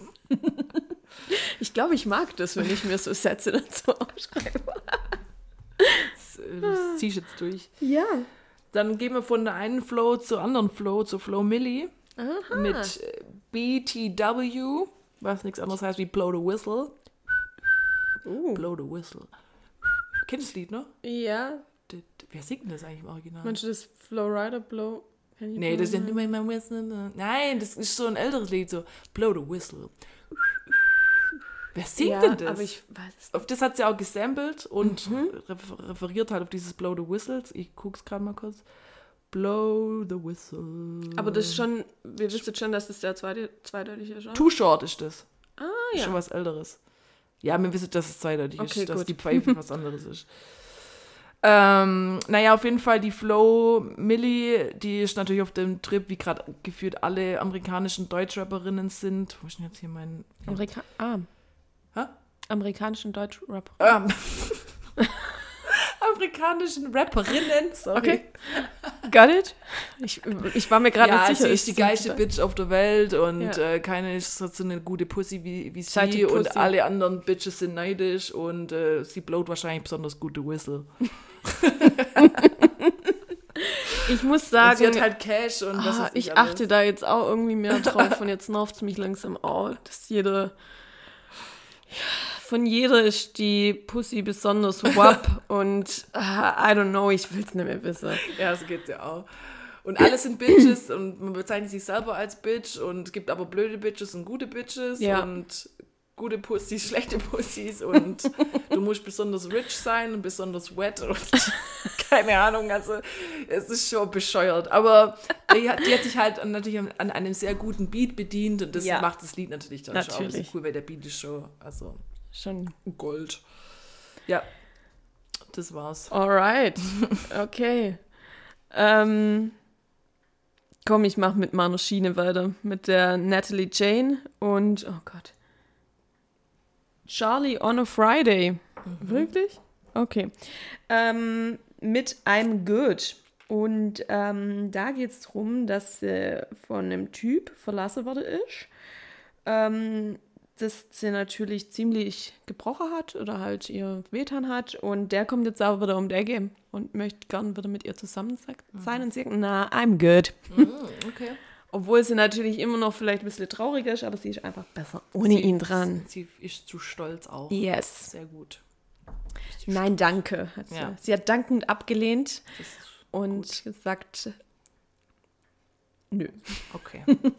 Ich glaube, ich mag das, wenn ich mir so Sätze dazu aufschreibe. Das, äh, das zieh ich jetzt durch. Ja. Dann gehen wir von der einen Flow zur anderen Flow, zur Flow Millie. Aha. Mit äh, B T W, was nichts anderes heißt wie Blow the Whistle. Uh. Blow the Whistle. Kennst du das Lied, ne? Ja. D- d- Wer singt denn das eigentlich im Original? Meinst du das Flowrider Blow? Nee, das ist ja nicht mehr mein Whistle. Nein, das ist so ein älteres Lied, so Blow the Whistle. Wer singt ja, denn das? aber ich weiß es nicht. Auf das hat sie auch gesampelt und refer- referiert halt auf dieses Blow the Whistles. Ich guck's gerade mal kurz. Blow the Whistle. Aber das ist schon, wir wissen schon, dass das der zweite, zweideutig ist, oder? Too Short ist das. Ah, Ist ja. schon was Älteres. Ja, wir wissen, dass es zweideutig Okay, ist, dass gut. die Pfeife was anderes ist. Ähm, naja, auf jeden Fall die Flow Millie, die ist natürlich auf dem Trip, wie gerade gefühlt alle amerikanischen Deutschrapperinnen sind. Wo ist denn jetzt hier mein... Amerika ah. Hä? Amerikanischen Deutsch-Rap. Ähm, amerikanischen Rapperinnen, sorry. Okay. Got it? Ich, ich war mir gerade Ja, nicht sie sicher. ist die geilste Bitch auf der Welt und Ja. äh, keine ist so eine gute Pussy wie, wie Seid sie die und Pussy. alle anderen Bitches sind neidisch und äh, sie blowt wahrscheinlich besonders gute Whistle. Ich muss Und sagen, sie hat halt Cash und was ah, weiß ich alles. achte da jetzt auch irgendwie mehr drauf und jetzt nervt es mich langsam auch, dass jede von jeder ist die Pussy besonders wap und ah, I don't know, ich will es nicht mehr wissen. Ja, so geht's ja auch. Und alle sind Bitches und man bezeichnet sich selber als Bitch und es gibt aber blöde Bitches und gute Bitches Ja. und gute Pussys, schlechte Pussys und du musst besonders rich sein und besonders wet und keine Ahnung, also es ist schon bescheuert. Aber die hat, die hat sich halt natürlich an, an einem sehr guten Beat bedient und das Ja. macht das Lied natürlich dann schon auch Natürlich. so cool, weil der Beat ist schon, also Schon. Gold. Ja, das war's. Alright. Okay. ähm, komm, ich mach mit meiner Schiene weiter. Mit der Natalie Jane und, oh Gott. Charlie on a Friday. Wirklich? Okay. Ähm, mit I'm Good. Und ähm, da geht es darum, dass sie von einem Typ verlassen worden ist. Ähm, das sie natürlich ziemlich gebrochen hat oder halt ihr wehtan hat. Und der kommt jetzt aber wieder um die Ecke und möchte gern wieder mit ihr zusammen sein und sagen, na, I'm good. Okay. Obwohl sie natürlich immer noch vielleicht ein bisschen traurig ist, aber sie ist einfach besser ohne Sie- ihn dran. Sie ist zu stolz auch. Yes. Sehr gut. Nein, danke, hat sie. Ja. Sie hat dankend abgelehnt Das ist und gesagt, nö. okay.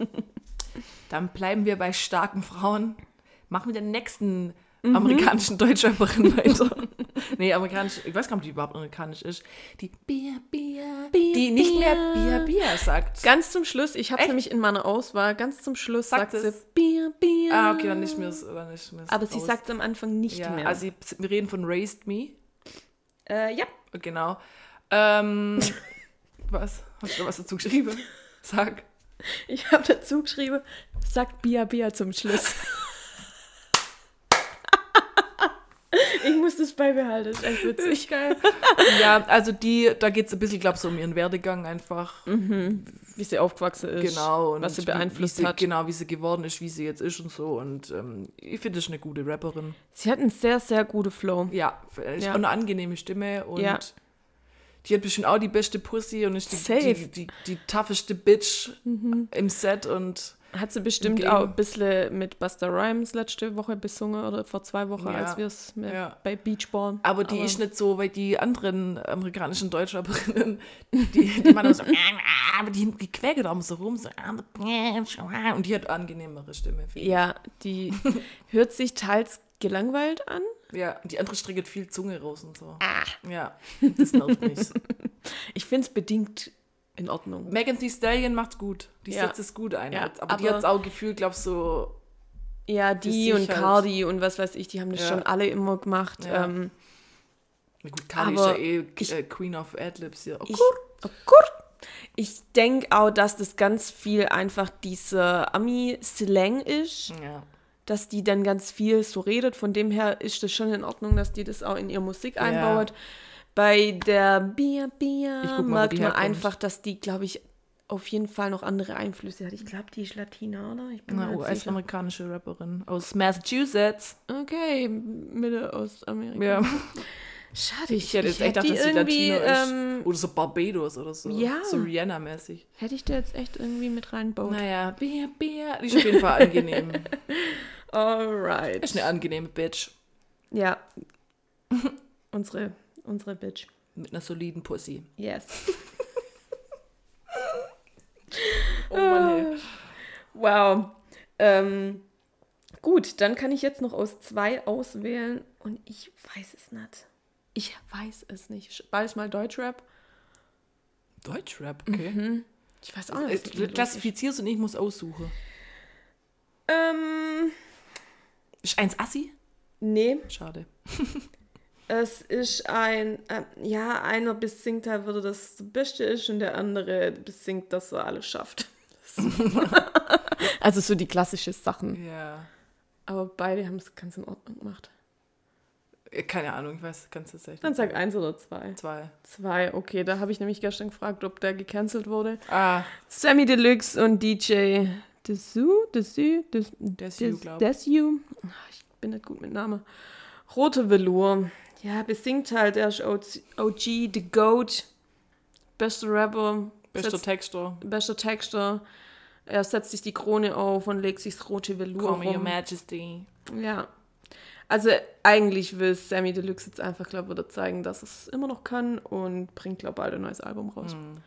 Dann bleiben wir bei starken Frauen. Machen wir den nächsten amerikanischen Deutschrapperin weiter. Nee, amerikanisch, ich weiß gar nicht, ob die überhaupt amerikanisch ist. Die Bia, Bia, die nicht mehr Bia, Bia sagt. Ganz zum Schluss, ich habe es Echt? nämlich in meiner Auswahl, ganz zum Schluss Sagt sagt, sie es? Bier, Bier. Ah, okay, dann nicht mehr. Dann nicht mehr Aber sie raus. sagt es am Anfang nicht ja, mehr. Also sie- wir reden von Raised Me. äh, ja, Genau. Ähm, was? Hast du da was dazu geschrieben? Sag. ich habe dazu geschrieben, sagt Bia, Bia zum Schluss. das beibehaltest. Echt witzig. Geil. Ja, also die, da geht es ein bisschen, glaube ich, so um ihren Werdegang einfach. Mhm. Wie sie aufgewachsen ist. Genau. Und was sie wie- beeinflusst wie sie, hat. Genau, wie sie geworden ist, wie sie jetzt ist und so. Und ähm, ich finde, das ist eine gute Rapperin. Sie hat einen sehr, sehr guten Flow. Ja, ist Ja. auch eine angenehme Stimme und Ja. die hat bestimmt auch die beste Pussy und ist die, Safe. die, die, die tougheste Bitch im Set und Hat sie bestimmt Game. auch ein bisschen mit Busta Rhymes letzte Woche besungen oder vor zwei Wochen, Ja. als wir es Ja. bei Beachball. aber die ist nicht so, weil die anderen amerikanischen Deutschrapperinnen, die, die machen so, aber die, die quäken da so rum, so, und die hat angenehmere Stimme. finde ich. Ja, die hört sich teils gelangweilt an. Ja, und die andere streckt viel Zunge raus und so. Ah. Ja, das nervt mich. Ich finde es bedingt in Ordnung. Megan Thee Stallion macht's gut. Die Ja. setzt es gut ein. Ja, aber, die aber- hat's auch gefühlt, glaub so, Ja, Für die sich und halt. Cardi und was weiß ich, die haben das Ja. schon alle immer gemacht. Ja. Ähm, na gut, Cardi ist ja Aber eh ich- äh, Queen of Adlibs hier. Oh, ich oh Gott. Ich denke auch, dass das ganz viel einfach dieser Ami-Slang ist, ja. dass die dann ganz viel so redet. Von dem her ist das schon in Ordnung, dass die das auch in ihre Musik einbaut. Bei der Bia Bia Ich guck mal, wo merkt die man herkommt. einfach, dass die, glaube ich, auf jeden Fall noch andere Einflüsse hat. Ich glaube, die ist Latina, oder? Ich bin Eine mir nicht sicher. US-amerikanische Rapperin aus Massachusetts. Okay, Mitte Ostamerika. Ja. Schade, ich, Ich hätte jetzt ich echt hätte gedacht, die dass sie irgendwie, Latino ist. ähm, Oder so Barbados oder so. Ja. So Rihanna-mäßig. hätte ich da jetzt echt irgendwie mit reinbaut. Naja, Bia, Bia. Die ist auf jeden Fall angenehm. Alright. Ist eine angenehme Bitch. Ja. unsere, unsere Bitch. Mit einer soliden Pussy. Yes. Oh Mann, ey. Wow. Ähm, gut, dann kann ich jetzt noch aus zwei auswählen und ich weiß es nicht. Ich weiß es nicht. Bald mal Deutschrap. Deutschrap, okay. Mhm. Ich weiß auch nicht. was mit mir Äh, los Klassifizierst und ich muss aussuchen. ist. Ähm, Ist eins Assi? nee. Schade. Es ist ein, äh, ja, einer besingt halt, würde das das Beste ist und der andere besingt, dass er alles schafft. Also so die klassischen Sachen. Ja. Aber beide haben es ganz in Ordnung gemacht. Äh, Keine Ahnung, ich weiß, kannst du das echt Dann nicht sag sagen. eins oder zwei. Zwei. Zwei, okay. Da habe ich nämlich gestern gefragt, ob der gecancelt wurde. Ah, Sammy Deluxe und D J Desu, Desu, Des- Desu, Des- glaub. Desu. Ach, Ich bin nicht gut mit Namen. Rote Velour. Ja, besingt halt, er ist O G, The Goat, bester Rapper, bester setzt- Texter. bester Texter. Er setzt sich die Krone auf und legt sich das rote Velour Call me your rum. majesty. Ja. Also eigentlich will Sammy Deluxe jetzt einfach, glaube ich, wieder zeigen, dass es immer noch kann und bringt, glaube ich, bald ein neues Album raus. Hm.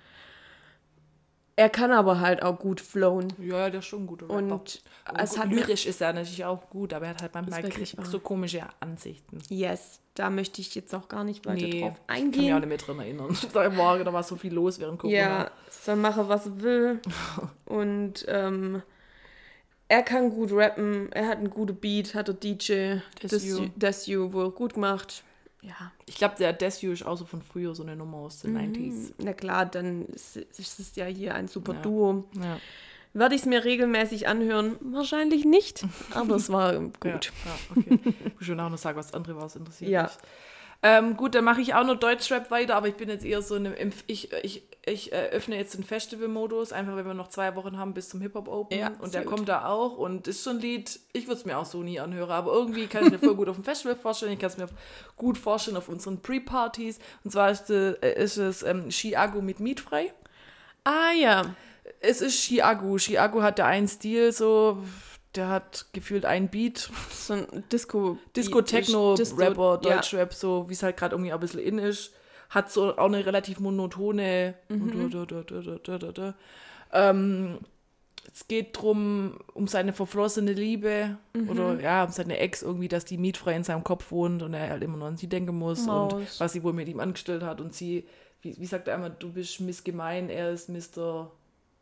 Er kann aber halt auch gut flowen. Ja, der ist schon ein guter Rapper. Und es gut, hat mir, lyrisch ist er natürlich auch gut, aber er hat halt manchmal wirklich wahr. so komische Ansichten. yes, da möchte ich jetzt auch gar nicht weiter Nee, drauf ich kann mich auch eingehen. nicht mehr dran erinnern. Da war, da war so viel los während Corona. Ja, soll machen, was er will. Und ähm, er kann gut rappen, er hat einen guten Beat, hat der D J Desu. Desu wohl gut gemacht. Ja, Ich glaube, der Desu ist auch so von früher so eine Nummer aus den neunziger. na klar, dann ist, ist es ja hier ein super Ja. Duo. Ja. Werde ich es mir regelmäßig anhören? Wahrscheinlich nicht, aber es war gut. Ja, ja, okay. Ich muss schon auch noch sagen, was das andere war, es interessiert Ja. mich. Ähm, gut, dann mache ich auch noch Deutschrap weiter, aber ich bin jetzt eher so in einem, ich, ich, ich äh, öffne jetzt den Festival-Modus, einfach weil wir noch zwei Wochen haben bis zum Hip-Hop-Open Ja, und sehr der gut. kommt da auch und ist so ein Lied, ich würde es mir auch so nie anhören, aber irgendwie kann ich mir voll gut auf dem Festival vorstellen, ich kann es mir gut vorstellen auf unseren Pre-Partys und zwar ist, äh, ist es ähm, Chiago mit Mietfrei. Ah ja, Es ist Chiago, Chiago hat da einen Stil so, der hat gefühlt einen Beat, so ein Disco. Disco, Techno, Disco- Rapper, ja. Deutschrap, so wie es halt gerade irgendwie ein bisschen in ist. Hat so auch eine relativ monotone. Mhm. Da, da, da, da, da, da, da. Ähm, es geht darum, um seine verflossene Liebe Mhm. oder ja, um seine Ex irgendwie, dass die mietfrei in seinem Kopf wohnt und er halt immer nur an sie denken muss und Maus. was sie wohl mit ihm angestellt hat. Und sie, wie, wie sagt er einmal, du bist missgemein, er ist Mister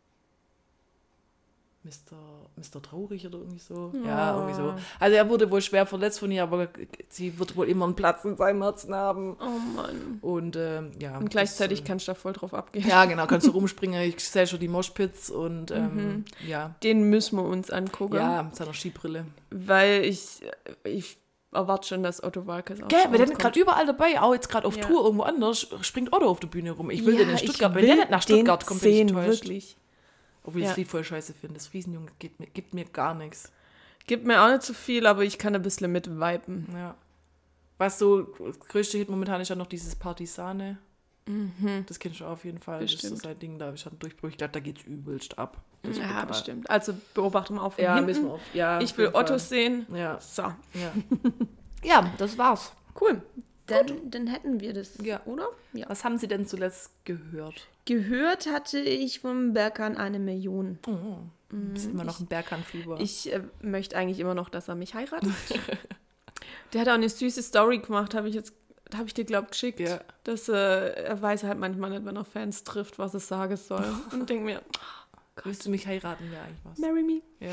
Mister Mister Traurig oder irgendwie so. Ja, irgendwie so. Also er wurde wohl schwer verletzt von ihr, aber sie wird wohl immer einen Platz in seinem Herzen haben. Oh Mann. Und ähm, ja. Und gleichzeitig das, äh, kannst du da voll drauf abgehen. ja, genau, kannst du rumspringen. Ich sehe schon die Moshpits und ähm, ja. Den müssen wir uns angucken. Ja, mit seiner Skibrille. Weil ich, ich erwarte schon, dass Otto Walkes auch Gell, zu weil der uns ist gerade überall dabei, auch jetzt gerade auf Ja. Tour irgendwo anders, springt Otto auf der Bühne rum. Ich will ja, den in Stuttgart, ich wenn der will nicht nach Stuttgart den kommt, bin ich sehen, enttäuscht. wirklich. Obwohl ich Ja. das Lied voll scheiße finde. Das Riesenjunge gibt mir, gibt mir gar nichts. Gibt mir auch nicht so viel, aber ich kann ein bisschen mit viben. Ja. Was so, das größte Hit momentan ist ja noch dieses Partisane. Mhm. Das kennst du auf jeden Fall. Das ist so Bestimmt. sein Ding, da habe ich einen Durchbruch. Ich glaube, da geht's übelst ab. Das ist Ja, brutal. bestimmt. Also beobachten wir auch von Ja, hinten. müssen wir auf. Ja, Ich auf will jeden Fall. Ottos sehen. Ja, So, ja. Ja, das war's. cool. Dann, dann hätten wir das, Ja. oder? Ja. Was haben Sie denn zuletzt gehört? Gehört hatte ich vom Berkan eine Million. Oh, du bist immer noch ein Bergkampffieber. Ich äh, möchte eigentlich immer noch, dass er mich heiratet. Der hat auch eine süße Story gemacht, habe ich jetzt, habe ich dir, glaube ich, geschickt. Ja. Dass äh, er weiß halt manchmal nicht, wenn er Fans trifft, was er sagen soll. Und denke mir, Willst du mich heiraten? Ja, eigentlich was. marry me. Ja.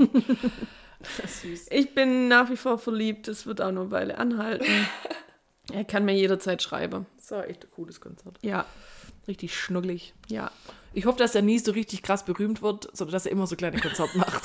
Süß. Ich bin nach wie vor verliebt, es wird auch nur eine Weile anhalten. Er kann mir jederzeit schreiben. Das war echt ein cooles Konzert. Ja, Richtig schnuggelig. ja. Ich hoffe, dass er nie so richtig krass berühmt wird, sondern dass er immer so kleine Konzerte macht.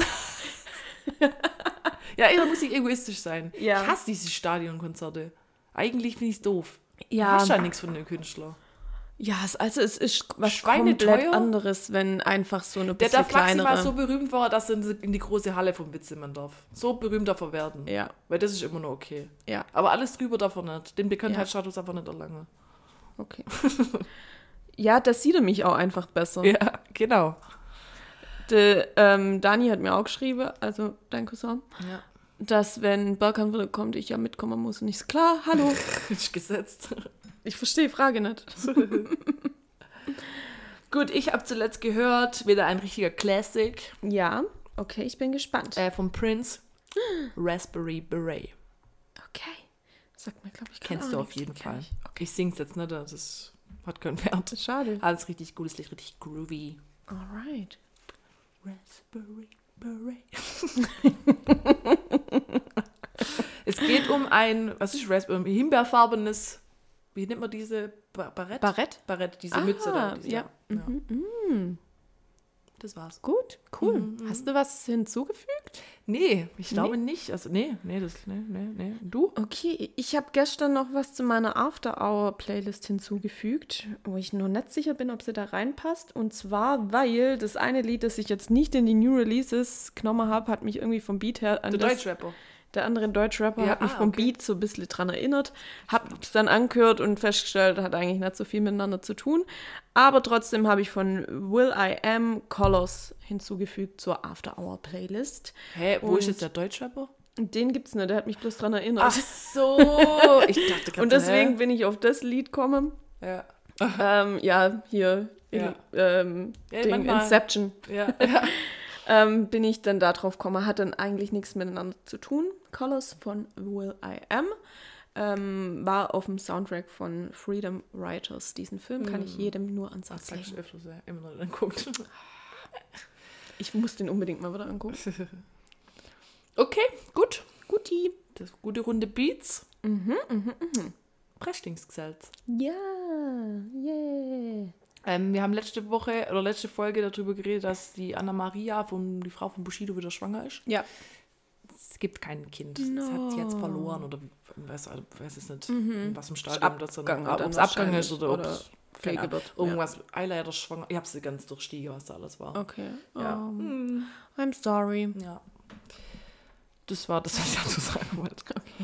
Ja, er muss nicht egoistisch sein. Ja. Ich hasse diese Stadionkonzerte. Eigentlich finde ich es doof. Ja. Du hast ja nichts von dem Künstler. Ja, es- also es ist was Schweineteuer. komplett anderes, wenn einfach so eine Der bisschen darf maximal kleinere... so berühmt war, dass er in die- in die große Halle vom Witzemann darf. So berühmt darf er werden. Ja, Weil das ist immer noch okay. ja, Aber alles drüber darf er nicht. Den Bekanntheitsstatus einfach nicht erlangen. okay. Ja, das sieht er mich auch einfach besser. Ja, genau. Der, ähm, Dani hat mir auch geschrieben, also dein Cousin, Ja. dass wenn Berkan wieder kommt, ich ja mitkommen muss. Und ich so, klar, hallo. Ist gesetzt. Ich verstehe die Frage nicht. Gut, ich habe zuletzt gehört, wieder ein richtiger Classic Ja, okay, ich bin gespannt. äh, von Prince. Raspberry Beret. Okay. Sagt mir, glaube ich, keine Kennst du Ahnung. auf jeden Kenn Fall. ich. Ich sing's jetzt nicht, das hat keinen Wert. Schade. Alles richtig gutes Lied, richtig groovy. Alright. Raspberry Beret. Es geht um ein, was ist Raspberry? Um himbeerfarbenes, wie nennt man diese? Ba Barett? Barett? Barett, diese Ah, Mütze da. Diese, ja. Mhm, mhm. Das war's. Gut, cool. Mhm, mhm. Hast du was hinzugefügt? Nee, ich glaube nicht. Also, nee, nee, das, nee, nee, nee. Du? Okay, ich habe gestern noch was zu meiner After-Hour-Playlist hinzugefügt, wo ich noch nicht sicher bin, ob sie da reinpasst. Und zwar, weil das eine Lied, das ich jetzt nicht in die New Releases genommen habe, hat mich irgendwie vom Beat her an Der das, Deutschrapper. der andere Deutschrapper Ja, hat mich ah, vom okay. Beat so ein bisschen dran erinnert. Hab es dann angehört und festgestellt, hat eigentlich nicht so viel miteinander zu tun. Aber trotzdem habe ich von Will I Am Colors hinzugefügt zur After-Hour-Playlist. Hä, wo Und- ist jetzt der Deutschrapper? Den gibt's nicht, der hat mich bloß dran erinnert. Ach so, ich dachte gerade Und deswegen bin ich auf das Lied gekommen. Ja, Ähm, ja, hier Ja. Ähm, Ja, Ding, manchmal- Inception. ja, ja. Ähm, bin ich dann da drauf gekommen. Hat dann eigentlich nichts miteinander zu tun. Colors von Will I Am. Ähm, war auf dem Soundtrack von Freedom Writers. Diesen Film kann ich jedem nur ans Das Herz sag ich legen. öfters, ja, immer noch anguckt. Ich muss den unbedingt mal wieder angucken. Okay, gut. Guti. Das gute runde Beats. Mhm, mhm, mhm. Presslingsgesetz. Ja, yeah. Ähm, wir haben letzte Woche oder letzte Folge darüber geredet, dass die Anna Maria, von, die Frau von Bushido, wieder schwanger ist. Ja. Es gibt kein Kind. Das hat sie jetzt verloren oder weiß, weiß es nicht, in was im Stadium das dann, Abgang ob dann es Abgang ist wahrscheinlich oder ob oder es keine Ahnung, Fehlgeburt, irgendwas, Eileider schwanger. Ich habe sie ganz durchstiegen, was da alles war. Okay. Ja. Um, I'm sorry. Ja. Das war das, was ich dazu sagen wollte.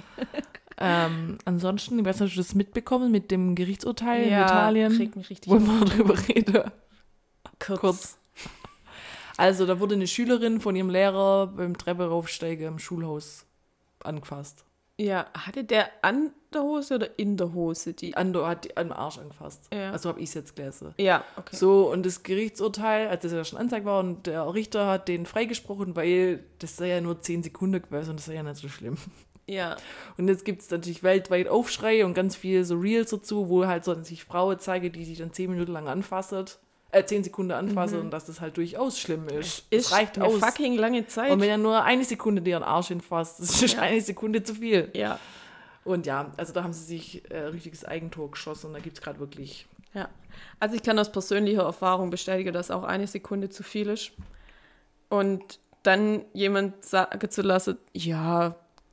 ähm, ansonsten, ich weiß nicht, hast du das mitbekommen mit dem Gerichtsurteil in Italien? Kriegt mich richtig Wollen wir drüber reden? kurz. Kurz. Also, da wurde eine Schülerin von ihrem Lehrer beim Trepperaufsteigen im Schulhaus angefasst. Ja, hatte der an der Hose oder in der Hose? Die Ando hat die an den Arsch angefasst. Ja. Also habe ich es jetzt gelesen. ja, okay. So, und das Gerichtsurteil, als das ja schon Anzeige war, und der Richter hat den freigesprochen, weil das sei ja nur zehn Sekunden gewesen und das sei ja nicht so schlimm. Ja, Und jetzt gibt es natürlich weltweit Aufschrei und ganz viel so Reels dazu, wo halt so sich Frauen zeigen, die sich dann zehn Minuten lang anfassen, äh, zehn Sekunden anfassen und dass das halt durchaus schlimm ist. ist das reicht eine aus. fucking lange Zeit. Und wenn er nur eine Sekunde dir an den Arsch hinfasst, das ist Ja. eine Sekunde zu viel. ja, Und ja, also da haben sie sich äh, richtiges Eigentor geschossen und da gibt es gerade wirklich. ja. Also ich kann aus persönlicher Erfahrung bestätigen, dass auch eine Sekunde zu viel ist. Und dann jemand sagen zu lassen, ja,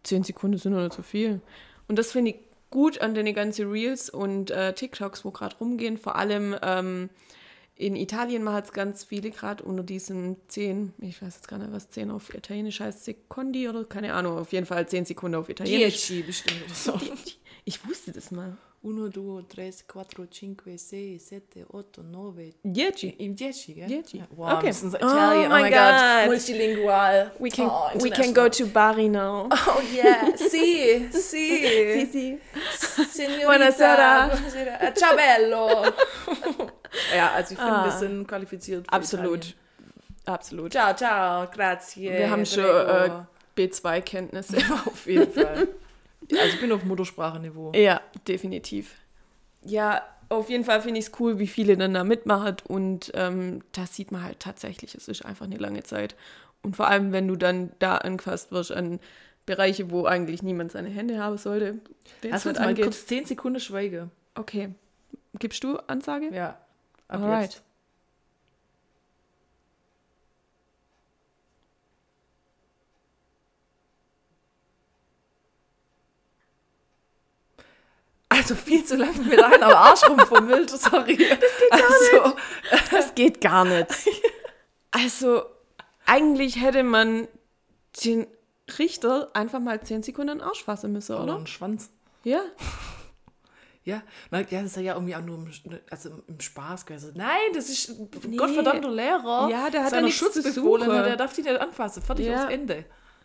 zehn Sekunden sind noch nicht so viel. Und das finde ich gut an den ganzen Reels und äh, TikToks, wo gerade rumgehen. Vor allem ähm, in Italien machen es ganz viele gerade unter diesen zehn, ich weiß jetzt gar nicht, was zehn auf Italienisch heißt, Sekundi oder keine Ahnung, auf jeden Fall zehn Sekunden auf Italienisch. Dieci bestimmt oder so. Ich wusste das mal. Uno, due, tre, quattro, cinque, sei, sette, otto, nove. Dieci. Im Dieci, gell? Dieci. Ja. Wow, Okay. das ist Italien. Oh Oh, my my God. God. Multilingual. We can, oh, we can go to Bari now. Oh yeah, si, si. si. Signorita. Buonasera. Buonasera. Ciao bello. Ja, also ich finde, Ah. wir sind qualifiziert für Absolut. Italien. Absolut. Ciao, ciao, grazie. Wir haben schon prego. äh, B zwei Kenntnisse. Auf jeden Fall. Also ich bin auf Mutterspracheniveau. Ja, definitiv. Ja, auf jeden Fall finde ich es cool, wie viele dann da mitmachen und ähm, das sieht man halt tatsächlich, es ist einfach eine lange Zeit. Und vor allem, wenn du dann da angefasst wirst an Bereiche, wo eigentlich niemand seine Hände haben sollte. Lass uns mal kurz zehn Sekunden Schweige. Okay. Gibst du Ansage? Ja. Ab Alright. jetzt. Also viel zu lange mit einem am Arsch rumfummelt, sorry. Also, Das geht gar nicht. Also, eigentlich hätte man den Richter einfach mal zehn Sekunden in den Arsch fassen müssen, oder oder? ein Schwanz. Ja. Ja, na, ja, das ist ja irgendwie auch nur im, also im Spaß gewesen. Nein, das ist ein gottverdammter Lehrer. Ja, der hat ja seiner nichts zu Schutzbefohlene, suchen. der darf dich nicht anfassen. Fertig, Ja. aufs Ende.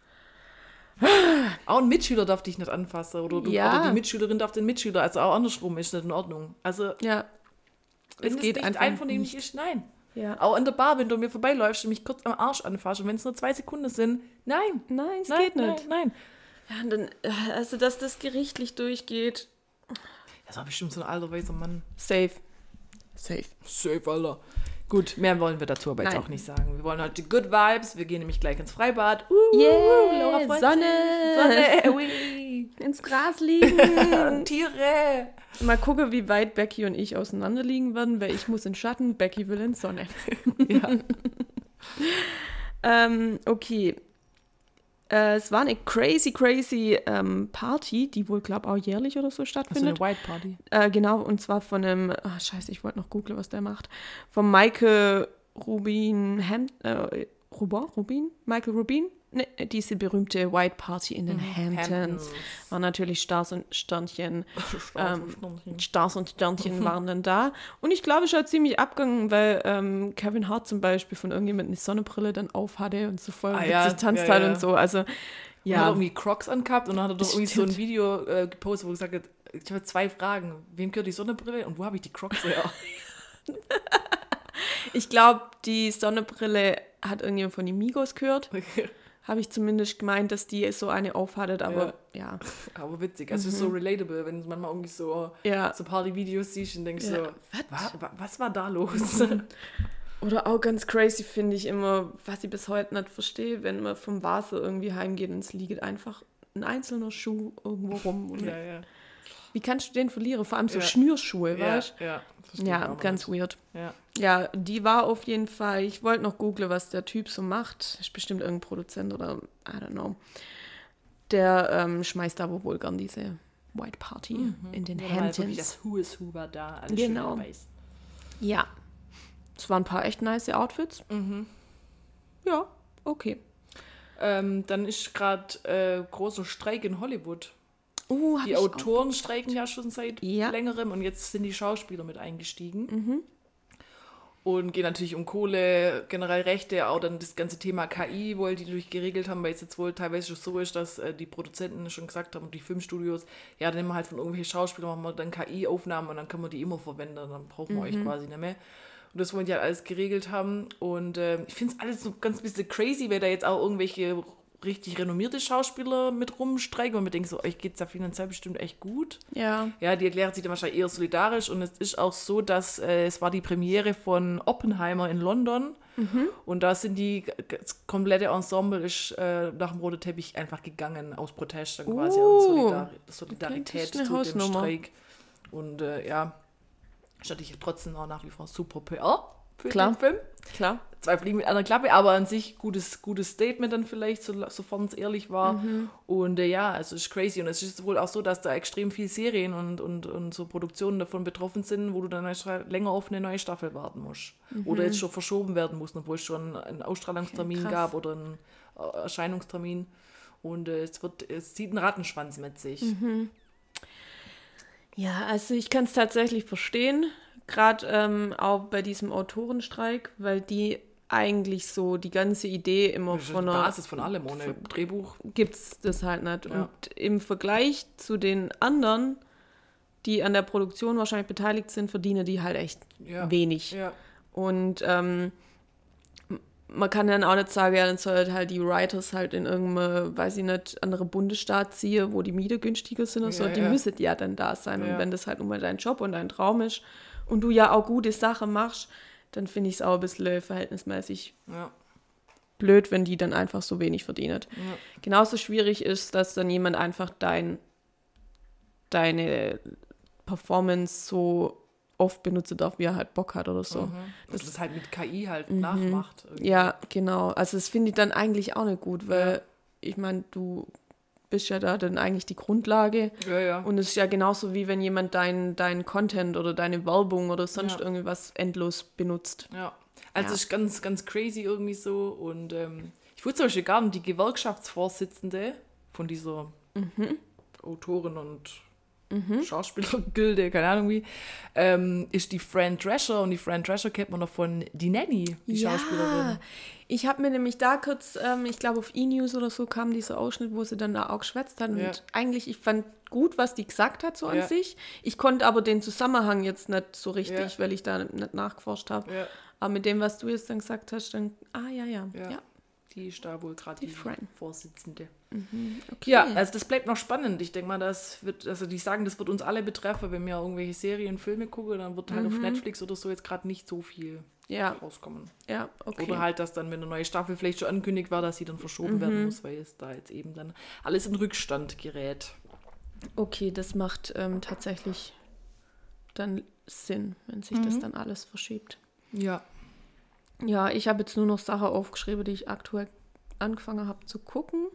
Auch ein Mitschüler darf dich nicht anfassen. Oder, du, Ja. oder die Mitschülerin darf den Mitschüler. Also auch andersrum ist nicht in Ordnung. Also, Ja. wenn Es es geht nicht einfach ein von denen nicht. nicht ist, nein. Ja. Auch in der Bar, wenn du mir vorbeiläufst und mich kurz am Arsch anfasst und wenn es nur zwei Sekunden sind, nein. Nein, es nein, geht nicht. Nein, nein. Ja, und dann, äh, also, dass das gerichtlich durchgeht, Das war bestimmt so ein alter weißer Mann. safe. Safe. Safe, Alter. Gut, mehr wollen wir dazu aber jetzt Nein. auch nicht sagen. Wir wollen heute die Good Vibes. Wir gehen nämlich gleich ins Freibad. Uh, Yeah, Laura freut Sonne. sich. Sonne, ui. Ins Gras liegen. Tiere. Mal gucken, wie weit Becky und ich auseinander liegen werden, weil ich muss in Schatten, Becky will in Sonne. Ja. ähm, okay. Äh, es war eine crazy, crazy ähm, Party, die wohl, glaube ich, auch jährlich oder so Also stattfindet. eine White Party. Äh, genau, und zwar von einem, ah, scheiße, ich wollte noch googeln, was der macht, von Michael Rubin, Ham, äh, Rubin, Rubin? Michael Rubin? Ne, diese berühmte White Party in den Hamptons. Hamptons. War natürlich Stars und Sternchen. Ähm, Stars und Sternchen waren dann da. Und ich glaube, es hat ziemlich abgegangen, weil ähm, Kevin Hart zum Beispiel von irgendjemandem eine Sonnenbrille dann auf hatte und so voll Ah, witzig ja, tanzt ja, halt ja. und so. Also, Ja. Hat ja. er irgendwie Crocs angehabt und dann hat er doch irgendwie so ein Stimmt. Video äh, gepostet, wo er gesagt hat, ich habe zwei Fragen. Wem gehört die Sonnenbrille und wo habe ich die Crocs her? Ich glaube, die Sonnenbrille hat irgendjemand von den Migos gehört. Habe ich zumindest gemeint, dass die so eine aufhattet, aber ja. Aber witzig, also es ist so relatable, wenn du manchmal irgendwie so, Ja. so Party-Videos siehst und denkst Ja. so, Was? wa, wa, was war da los? Oder auch ganz crazy finde ich immer, was ich bis heute nicht verstehe, wenn man vom Wasser irgendwie heimgeht und es liegt einfach ein einzelner Schuh irgendwo rum. Und ja, ja. wie kannst du den verlieren? Vor allem so Ja. Schnürschuhe, Ja, weißt ja. du? verstehe ich Ja, auch ganz nicht. weird. Ja. Ja, die war auf jeden Fall, ich wollte noch googlen, was der Typ so macht. Ist bestimmt irgendein Produzent oder I don't know. Der ähm, schmeißt aber wohl gern diese White Party in den Ja, weil wirklich Hamptons. das Who is Who war da, alles Genau. schön dabei ist. Ja. Es waren ein paar echt nice Outfits. Mhm. Ja, okay. Ähm, dann ist gerade äh, großer Streik in Hollywood. Uh, hab Die ich auch- Autoren streiken ja schon seit Ja. längerem und jetzt sind die Schauspieler mit eingestiegen. Mhm. Und geht natürlich um Kohle, generell Rechte, auch dann das ganze Thema K I, wo die natürlich geregelt haben, weil es jetzt wohl teilweise schon so ist, dass äh, die Produzenten schon gesagt haben und die Filmstudios, ja, dann nehmen wir halt von irgendwelchen Schauspielern, machen wir dann K I-Aufnahmen und dann können wir die immer verwenden, dann brauchen wir euch quasi nicht mehr. Und das wollen die halt alles geregelt haben. Und äh, ich finde es alles so ganz bisschen crazy, weil da jetzt auch irgendwelche richtig renommierte Schauspieler mit rumstreiken und man denkt so, euch geht es da finanziell bestimmt echt gut. Ja. Ja, die erklären sich dann wahrscheinlich eher solidarisch und es ist auch so, dass äh, es war die Premiere von Oppenheimer in London und da sind die, das komplette Ensemble ist äh, nach dem roten Teppich einfach gegangen aus Protest dann quasi Uh, und Solidar Solidarität das ist eine zu dem Hausnummer. Streik und äh, ja, ist natürlich trotzdem auch nach wie vor super P R. für Klar. den Film. Klar. Zwei Fliegen mit einer Klappe, aber an sich gutes, gutes Statement dann vielleicht, so, sofern es ehrlich war. Mhm. Und äh, ja, also es ist crazy. Und es ist wohl auch so, dass da extrem viele Serien und, und, und so Produktionen davon betroffen sind, wo du dann länger auf eine neue Staffel warten musst. Mhm. Oder jetzt schon verschoben werden muss, obwohl es schon einen Ausstrahlungstermin Okay, gab oder einen äh, Erscheinungstermin. Und äh, es, wird, es zieht einen Rattenschwanz mit sich. Mhm. Ja, also ich kann es tatsächlich verstehen, gerade ähm, auch bei diesem Autorenstreik, weil die eigentlich so die ganze Idee immer Das ist von die einer... Basis von allem, ohne Drehbuch. Gibt's das halt nicht. Ja. Und im Vergleich zu den anderen, die an der Produktion wahrscheinlich beteiligt sind, verdienen die halt echt Ja. wenig. Ja. Und ähm, man kann dann auch nicht sagen, ja, dann soll halt die Writers halt in irgendeinem, weiß ich nicht, andere Bundesstaat ziehen, wo die Miete günstiger sind oder so. Ja, Die ja. müssen ja dann da sein. Ja. Und wenn das halt nun mal dein Job und dein Traum ist und du ja auch gute Sachen machst, dann finde ich es auch ein bisschen verhältnismäßig Ja. blöd, wenn die dann einfach so wenig verdienen. Ja. Genauso schwierig ist, dass dann jemand einfach dein, deine Performance so oft benutzen darf, wie er halt Bock hat oder so. Mhm. Dass das halt mit K I halt nachmacht. irgendwie. Ja, genau. Also das finde ich dann eigentlich auch nicht gut, weil Ja. ich meine, du bist ja da dann eigentlich die Grundlage Ja, ja. und es ist ja genauso wie wenn jemand deinen dein Content oder deine Werbung oder sonst Ja. irgendwas endlos benutzt. Ja, also Ja. es ist ganz, ganz crazy irgendwie so. Und ähm, ich wusste zum Beispiel gar nicht, die Gewerkschaftsvorsitzende von dieser Mhm. Autorin und Schauspielergilde, keine Ahnung wie, ähm, ist die Fran Drescher. Und die Fran Drescher kennt man noch von Die Nanny, die Schauspielerin. Ich habe mir nämlich da kurz, ähm, ich glaube auf E-News oder so kam dieser Ausschnitt, wo sie dann da auch geschwätzt hat. Ja. Und eigentlich, ich fand gut, was die gesagt hat so an Ja. sich. Ich konnte aber den Zusammenhang jetzt nicht so richtig, Ja. weil ich da nicht nachgeforscht habe. Ja, Aber mit dem, was du jetzt dann gesagt hast, dann, ah ja, ja, ja. ja. Die ist da wohl gerade Die die, Fran. Vorsitzende. Okay. Ja, also das bleibt noch spannend. Ich denke mal, das wird, also die sagen, das wird uns alle betreffen, wenn wir irgendwelche Serien, Filme gucken, dann wird halt auf Netflix oder so jetzt gerade nicht so viel ja, rauskommen. ja, okay. Oder halt, dass dann, wenn eine neue Staffel vielleicht schon ankündigt war, dass sie dann verschoben werden muss, weil es da jetzt eben dann alles in Rückstand gerät. Okay, das macht ähm, tatsächlich dann Sinn, wenn sich das dann alles verschiebt. Ja. Ja, ich habe jetzt nur noch Sachen aufgeschrieben, die ich aktuell angefangen habe zu gucken.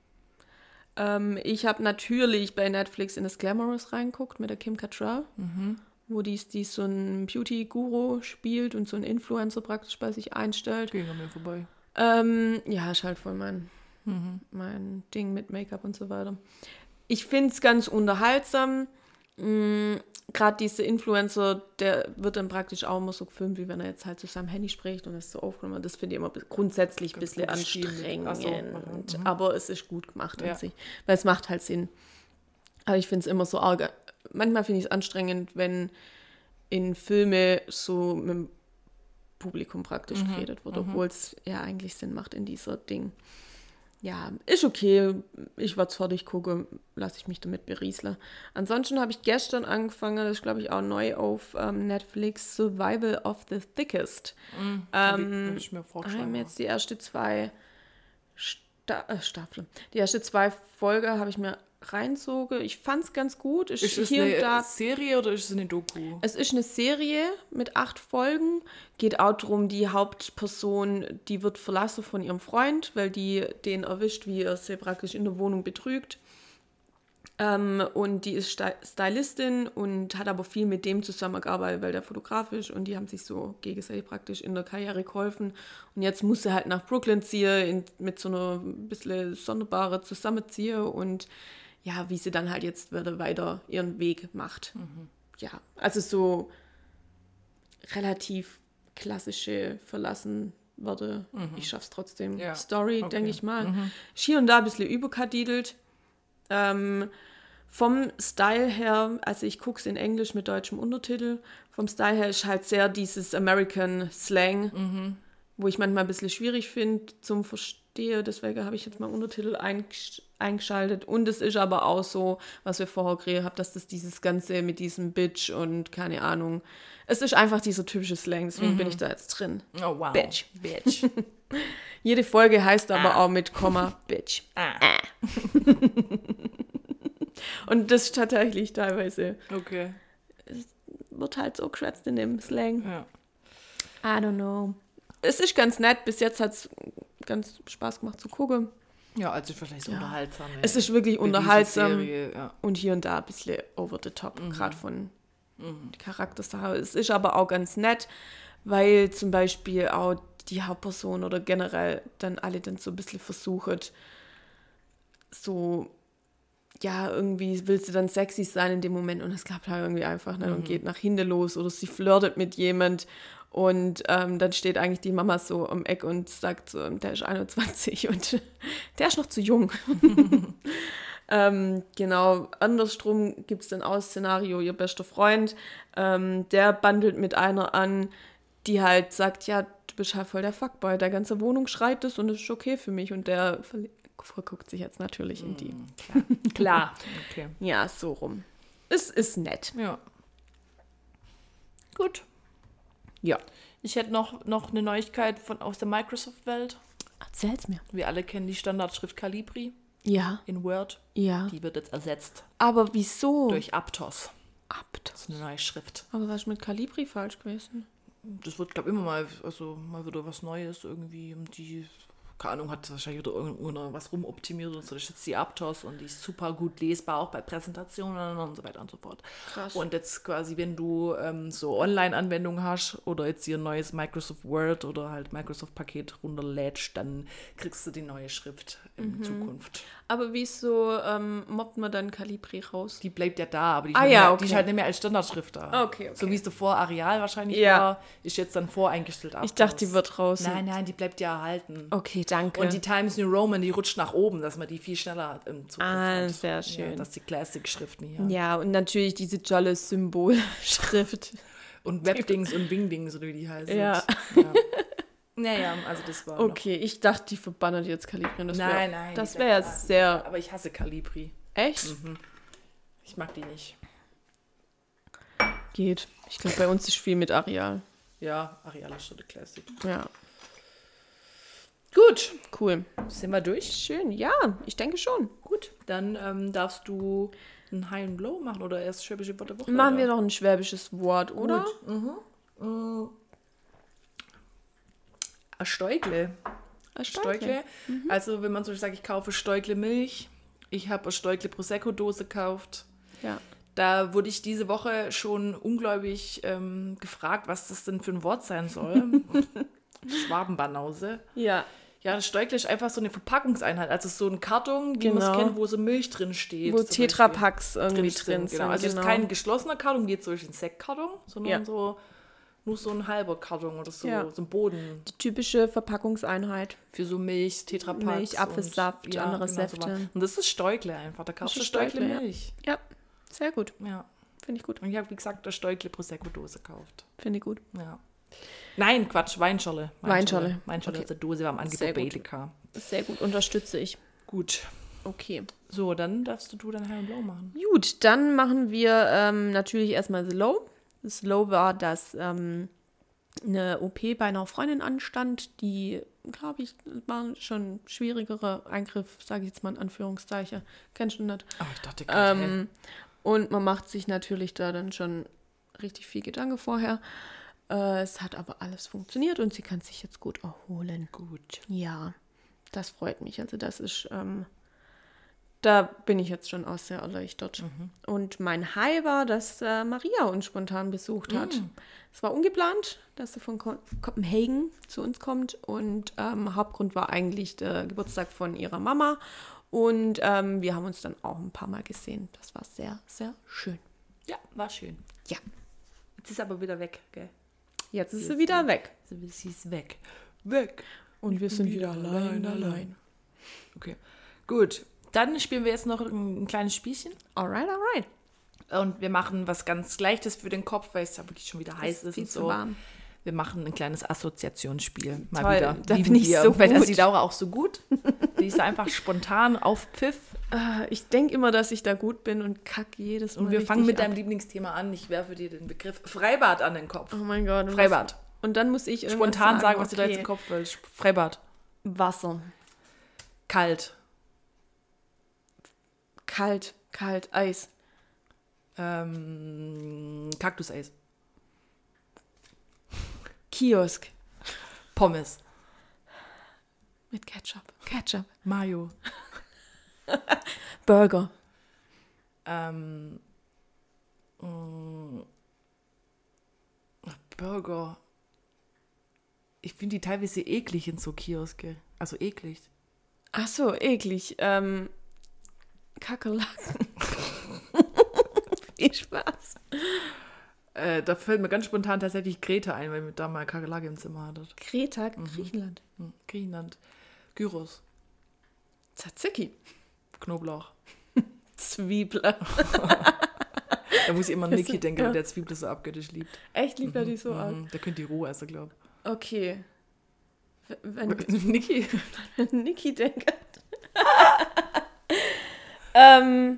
Ähm, ich habe natürlich bei Netflix in das Glamorous reingeguckt mit der Kim Cattrall, wo die, die so ein Beauty-Guru spielt und so ein Influencer praktisch bei sich einstellt. Ging an mir vorbei. Ähm, ja, ist halt voll mein, mein Ding mit Make-up und so weiter. Ich finde es ganz unterhaltsam. Mm, Gerade diese Influencer, der wird dann praktisch auch immer so gefilmt, wie wenn er jetzt halt zu seinem Handy spricht und es so aufgenommen wird. Das finde ich immer bis- grundsätzlich ein Ganz bisschen gut Stil. anstrengend. Ach so, mhm, mhm. Aber es ist gut gemacht Ja. an sich. Weil es macht halt Sinn. Aber ich finde es immer so arg. Manchmal finde ich es anstrengend, wenn in Filme so mit dem Publikum praktisch Mhm, geredet wird, obwohl es ja eigentlich Sinn macht in dieser Ding. Ja, ist okay. Ich werde es fertig gucken, lasse ich mich damit berieseln. Ansonsten habe ich gestern angefangen, das ist glaube ich auch neu auf ähm, Netflix, Survival of the Thickest. Hab ich, Ähm, hab ich mir Ich vorgeschlagen. habe jetzt die erste zwei Sta äh, Staffeln. Die erste zwei Folgen habe ich mir reinzogen. Ich fand es ganz gut. Ich, Ist es hier eine und da. Serie oder ist es eine Doku? Es ist eine Serie mit acht Folgen. Geht auch darum, die Hauptperson, die wird verlassen von ihrem Freund, weil die den erwischt, wie er sie praktisch in der Wohnung betrügt. Ähm, und die ist Sty- Stylistin und hat aber viel mit dem zusammengearbeitet, weil der Fotograf ist und die haben sich so gegenseitig praktisch in der Karriere geholfen. Und jetzt muss sie halt nach Brooklyn ziehen, in, mit so einer bisschen sonderbaren zusammenziehen und ja, wie sie dann halt jetzt wieder weiter ihren Weg macht. Ja, also so relativ klassische Verlassen würde, ich schaff's trotzdem. Ja, Story, okay. denke ich mal. Ist hier und da ein bisschen überkadidelt. Ähm, vom Style her, also ich gucke es in Englisch mit deutschem Untertitel, vom Style her ist halt sehr dieses American Slang, wo ich manchmal ein bisschen schwierig finde zum Verstehen, deswegen habe ich jetzt mal Untertitel eingesch- eingeschaltet und es ist aber auch so, was wir vorher geredet haben, dass das dieses Ganze mit diesem Bitch und keine Ahnung, es ist einfach dieser typische Slang, deswegen bin ich da jetzt drin. Oh, wow. Bitch. Bitch. Jede Folge heißt aber auch mit Komma Bitch. Ah. Und das ist tatsächlich teilweise, Okay. wird halt so geschwätzt in dem Slang. Ja. I don't know. Es ist ganz nett. Bis jetzt hat es ganz Spaß gemacht zu gucken. Ja, also vielleicht so Ja. unterhaltsam. Es ist wirklich unterhaltsam. Serie, ja. Und hier und da ein bisschen over the top, Mhm. gerade von der Charaktersache. Es ist aber auch ganz nett, weil zum Beispiel auch die Hauptperson oder generell dann alle dann so ein bisschen versuchen, so, ja, irgendwie will sie dann sexy sein in dem Moment und es klappt halt irgendwie einfach nicht und geht nach hinten los oder sie flirtet mit jemand und ähm, dann steht eigentlich die Mama so am Eck und sagt so, der ist einundzwanzig und der ist noch zu jung. ähm, genau, andersrum gibt es dann auch das Szenario, ihr bester Freund, ähm, der bandelt mit einer an, die halt sagt, ja, du bist halt voll der Fuckboy, der ganze Wohnung schreit es und es ist okay für mich und der verli- verguckt sich jetzt natürlich in die. Klar. Okay. Ja, so rum. Es ist nett. Ja. Gut. Ja. Ich hätte noch, noch eine Neuigkeit von, aus der Microsoft-Welt. Erzähl's mir. Wir alle kennen die Standardschrift Calibri Ja, in Word. ja. Die wird jetzt ersetzt Aber wieso? durch Aptos. Abt. Das ist eine neue Schrift. Aber was ist mit Calibri falsch gewesen? Das wird, glaube ich, immer mal, also mal wieder was Neues irgendwie. Und die, keine Ahnung, hat wahrscheinlich wieder irgendwo was rumoptimiert und so. Das ist jetzt die Aptos und die ist super gut lesbar, auch bei Präsentationen und so weiter und so fort. Krass. Und jetzt quasi, wenn du ähm, so Online-Anwendungen hast oder jetzt hier ein neues Microsoft Word oder halt Microsoft-Paket runterlädst, dann kriegst du die neue Schrift in Zukunft. Aber wieso ähm, mobbt man dann Calibri raus? Die bleibt ja da, aber die, Ah ist, ja, halt- okay. die ist halt nicht mehr als Standardschrift da. Okay, okay. So wie es davor Areal wahrscheinlich Ja. war, ist jetzt dann voreingestellt. Ich dachte, die wird raus. Nein, nein, die bleibt ja erhalten. Okay, danke. Und die Times New Roman, die rutscht nach oben, dass man die viel schneller im Zukunft Ah, hat. sehr schön. Ja, dass die Classic-Schriften hier. ja, und natürlich diese tolle Symbolschrift. Und Webdings und Wingdings, oder wie die heißen. Ja. ja. Naja, also das war Okay, ich dachte, die verbannen jetzt Calibri. Das noch. wär, Nein, nein. Das die wäre ja bleibt da. sehr... Aber ich hasse Calibri. Echt? Ich mag die nicht. Geht. Ich glaube, bei uns ist viel mit Areal. Ja, Areal ist schon der Classic. Ja, Gut, cool. sind wir durch? Schön, ja, ich denke schon. Gut, dann ähm, darfst du ein High and Low machen oder erst schwäbische Wort der Woche. Machen wir oder? noch ein schwäbisches Wort, oder? Ein Stäugle. Ein Stäugle. Also wenn man so sagt, ich kaufe Stäugle Milch, ich habe eine Stäugle Prosecco-Dose gekauft. Ja. Da wurde ich diese Woche schon ungläubig ähm, gefragt, was das denn für ein Wort sein soll. Schwabenbanause. Ja. Ja, das Stäugle ist einfach so eine Verpackungseinheit. Also so ein Karton, wie man es Genau. kennt, wo so Milch drin steht. Wo zum Tetrapacks irgendwie Beispiel. drin sind. Genau. Also es genau. ist kein geschlossener Karton, geht so durch den Sektkarton, sondern Ja. so nur so ein halber Karton oder so, Ja. so ein Boden Die typische Verpackungseinheit. für so Milch, Tetrapacks. Milch, Apfelsaft, und, andere genau Säfte. sowas. Und das ist Stäugle einfach. Da kaufst du ist Stäugle Stäugle, ja. Milch. Ja, sehr gut. Ja. Finde ich gut. Und ich habe, wie gesagt, eine Stäugle Prosecco-Dose gekauft. Finde ich gut. Ja. Nein, Quatsch, Weinscholle. Weinscholle. Weinscholle Okay. aus der Dose war am Sehr Angebot gut. Bailica. Sehr gut, unterstütze ich. Gut. Okay. So, dann darfst du dein High and Low machen. Gut, dann machen wir ähm, natürlich erstmal The Low. Das Low war, dass ähm, eine O P bei einer Freundin anstand, die, glaube ich, war schon ein schwierigerer Eingriff, sage ich jetzt mal in Anführungszeichen. Kennst du nicht? Oh, ich dachte gerade, Ähm, und man macht sich natürlich da dann schon richtig viel Gedanken vorher. Äh, es hat aber alles funktioniert und sie kann sich jetzt gut erholen. gut. Ja, das freut mich. Also das ist, ähm, da bin ich jetzt schon auch sehr erleichtert. Und mein High war, dass äh, Maria uns spontan besucht hat. Es war ungeplant, dass sie von Ko Kopenhagen zu uns kommt. Und ähm, Hauptgrund war eigentlich der Geburtstag von ihrer Mama. Und ähm, wir haben uns dann auch ein paar Mal gesehen. Das war sehr, sehr schön. Ja, war schön. Ja, Jetzt ist aber wieder weg, gell? jetzt ist sie wieder weg. Sie ist weg. Weg. Und wir sind wieder wieder allein, allein, allein. Okay. Gut. Dann spielen wir jetzt noch ein, ein kleines Spielchen. Alright, alright. Und wir machen was ganz Leichtes für den Kopf, weil es ja wirklich schon wieder heiß ist viel und zu so. warm. Wir machen ein kleines Assoziationsspiel. Mal Toll, wieder. da Lieben bin ich wir. so Weil das gut. die Laura auch so gut. Die ist einfach spontan auf Pfiff. Äh, Ich denke immer, dass ich da gut bin und kacke jedes Mal. Und wir fangen richtig mit deinem ab. Lieblingsthema an. Ich werfe dir den Begriff Freibad an den Kopf. Oh mein Gott. und Freibad. Was, und dann muss ich irgendwas Spontan sagen, was dir da okay. jetzt im Kopf fällt. Freibad. Wasser. Kalt. Kalt, kalt, Eis. Ähm, Kaktuseis. Kiosk. Pommes. Mit Ketchup. Ketchup. Mayo. Burger. Ähm, mh, Burger. Ich finde die teilweise eklig in so Kioske. Also eklig. Ach so, eklig. Ähm, Kakerlaken. Viel Spaß. Äh, da fällt mir ganz spontan tatsächlich Greta ein, weil wir da mal Kakerlake im Zimmer hatten. Kreta, Griechenland. Hm, Griechenland. Gyros. Tzatziki. Knoblauch. Zwiebel. Da muss ich immer an Das Niki sind- denken, ja. weil der Zwiebel so abgöttisch liebt. Echt liebt er die so arg? Mhm. Der könnte die roh essen, glaube Okay. W- Wenn, ich. Niki? wenn Niki denkt. ähm,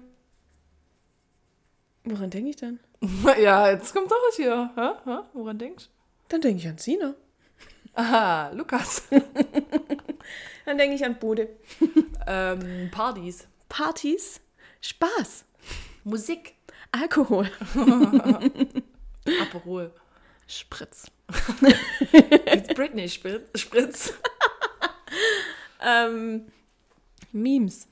woran denke ich dann? Ja, jetzt kommt doch was hier. Hä? Hä? Woran denkst du? Dann denke ich an Sina. Aha, Lukas. Dann denke ich an Bode. ähm, Partys. Partys. Spaß. Musik. Alkohol. Aperol. Spritz. Jetzt Britney Spritz. Spritz. Ähm, Memes.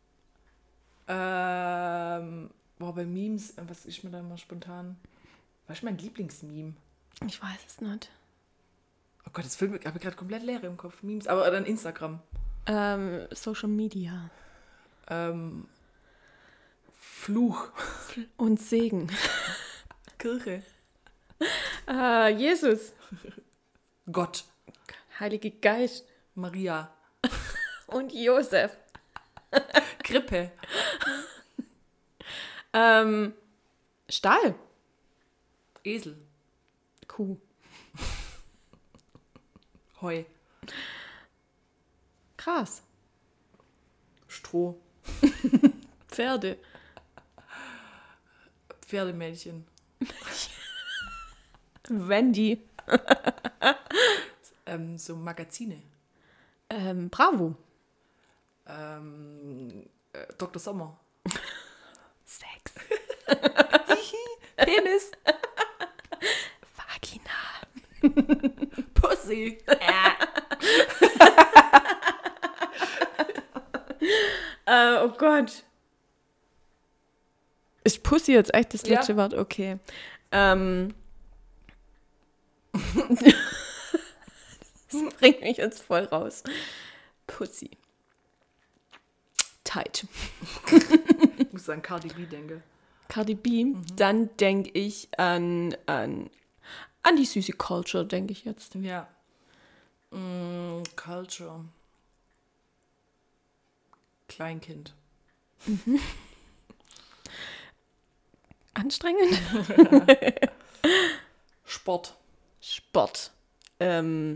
Ähm, boah, bei Memes, was ist mir da immer spontan? Was ist mein Lieblingsmeme? Ich weiß es nicht. Oh Gott, das Film, ich habe gerade komplett Leere im Kopf. Memes, aber dann Instagram. Ähm, Social Media. Ähm, Fluch. Und Segen. Kirche. Ah, Jesus. Gott. Heilige Geist. Maria. Und Josef. Krippe. Ähm, Stall. Esel. Kuh. Heu. Gras. Stroh. Pferde. Pferdemädchen. Wendy. Ähm, so Magazine. Ähm, Bravo. Ähm, äh, Doktor Sommer. Sex. Penis. Vagina. Pussy. Äh, oh Gott. Ist Pussy jetzt echt das Ja. letzte Wort? Okay. Ähm. Das bringt mich jetzt voll raus. Pussy. Tight. Ich muss an Cardi B denken. Cardi B. Dann denke ich an, an, an die süße Culture, denke ich jetzt. Ja. Mm, Culture. Kleinkind. Anstrengend. Sport. Sport. Ähm.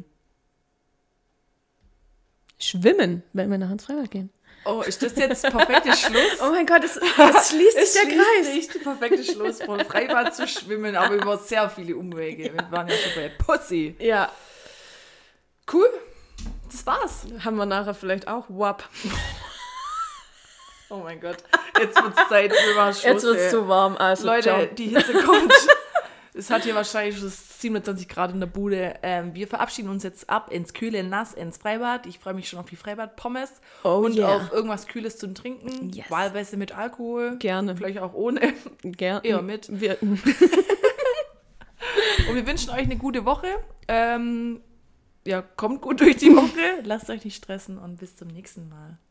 Schwimmen, wenn wir nach ins Freibad gehen. Oh, ist das jetzt perfekter Schluss? Oh mein Gott, es, es schließt sich der Kreis. Nicht der perfekte Schluss von Freibad zu schwimmen, aber über sehr viele Umwege. Wir waren ja schon bei Pussy. Ja, Cool. Das war's. haben wir nachher vielleicht auch. Wap. Oh mein Gott. Jetzt wird's Zeit. Wir machen Schluss. Jetzt wird ey. es zu warm. Also, Leute, ciao. die Hitze kommt. Es hat hier wahrscheinlich schon siebenundzwanzig Grad in der Bude. Ähm, wir verabschieden uns jetzt ab ins kühle Nass, ins Freibad. Ich freue mich schon auf die Freibad-Pommes. Oh und yeah. auf irgendwas Kühles zum Trinken. Yes. Wahlweise mit Alkohol. Gerne. Vielleicht auch ohne. Gerne. Eher mit. Wir, Und wir wünschen euch eine gute Woche. Ähm, ja, kommt gut durch die Woche. Lasst euch nicht stressen und bis zum nächsten Mal.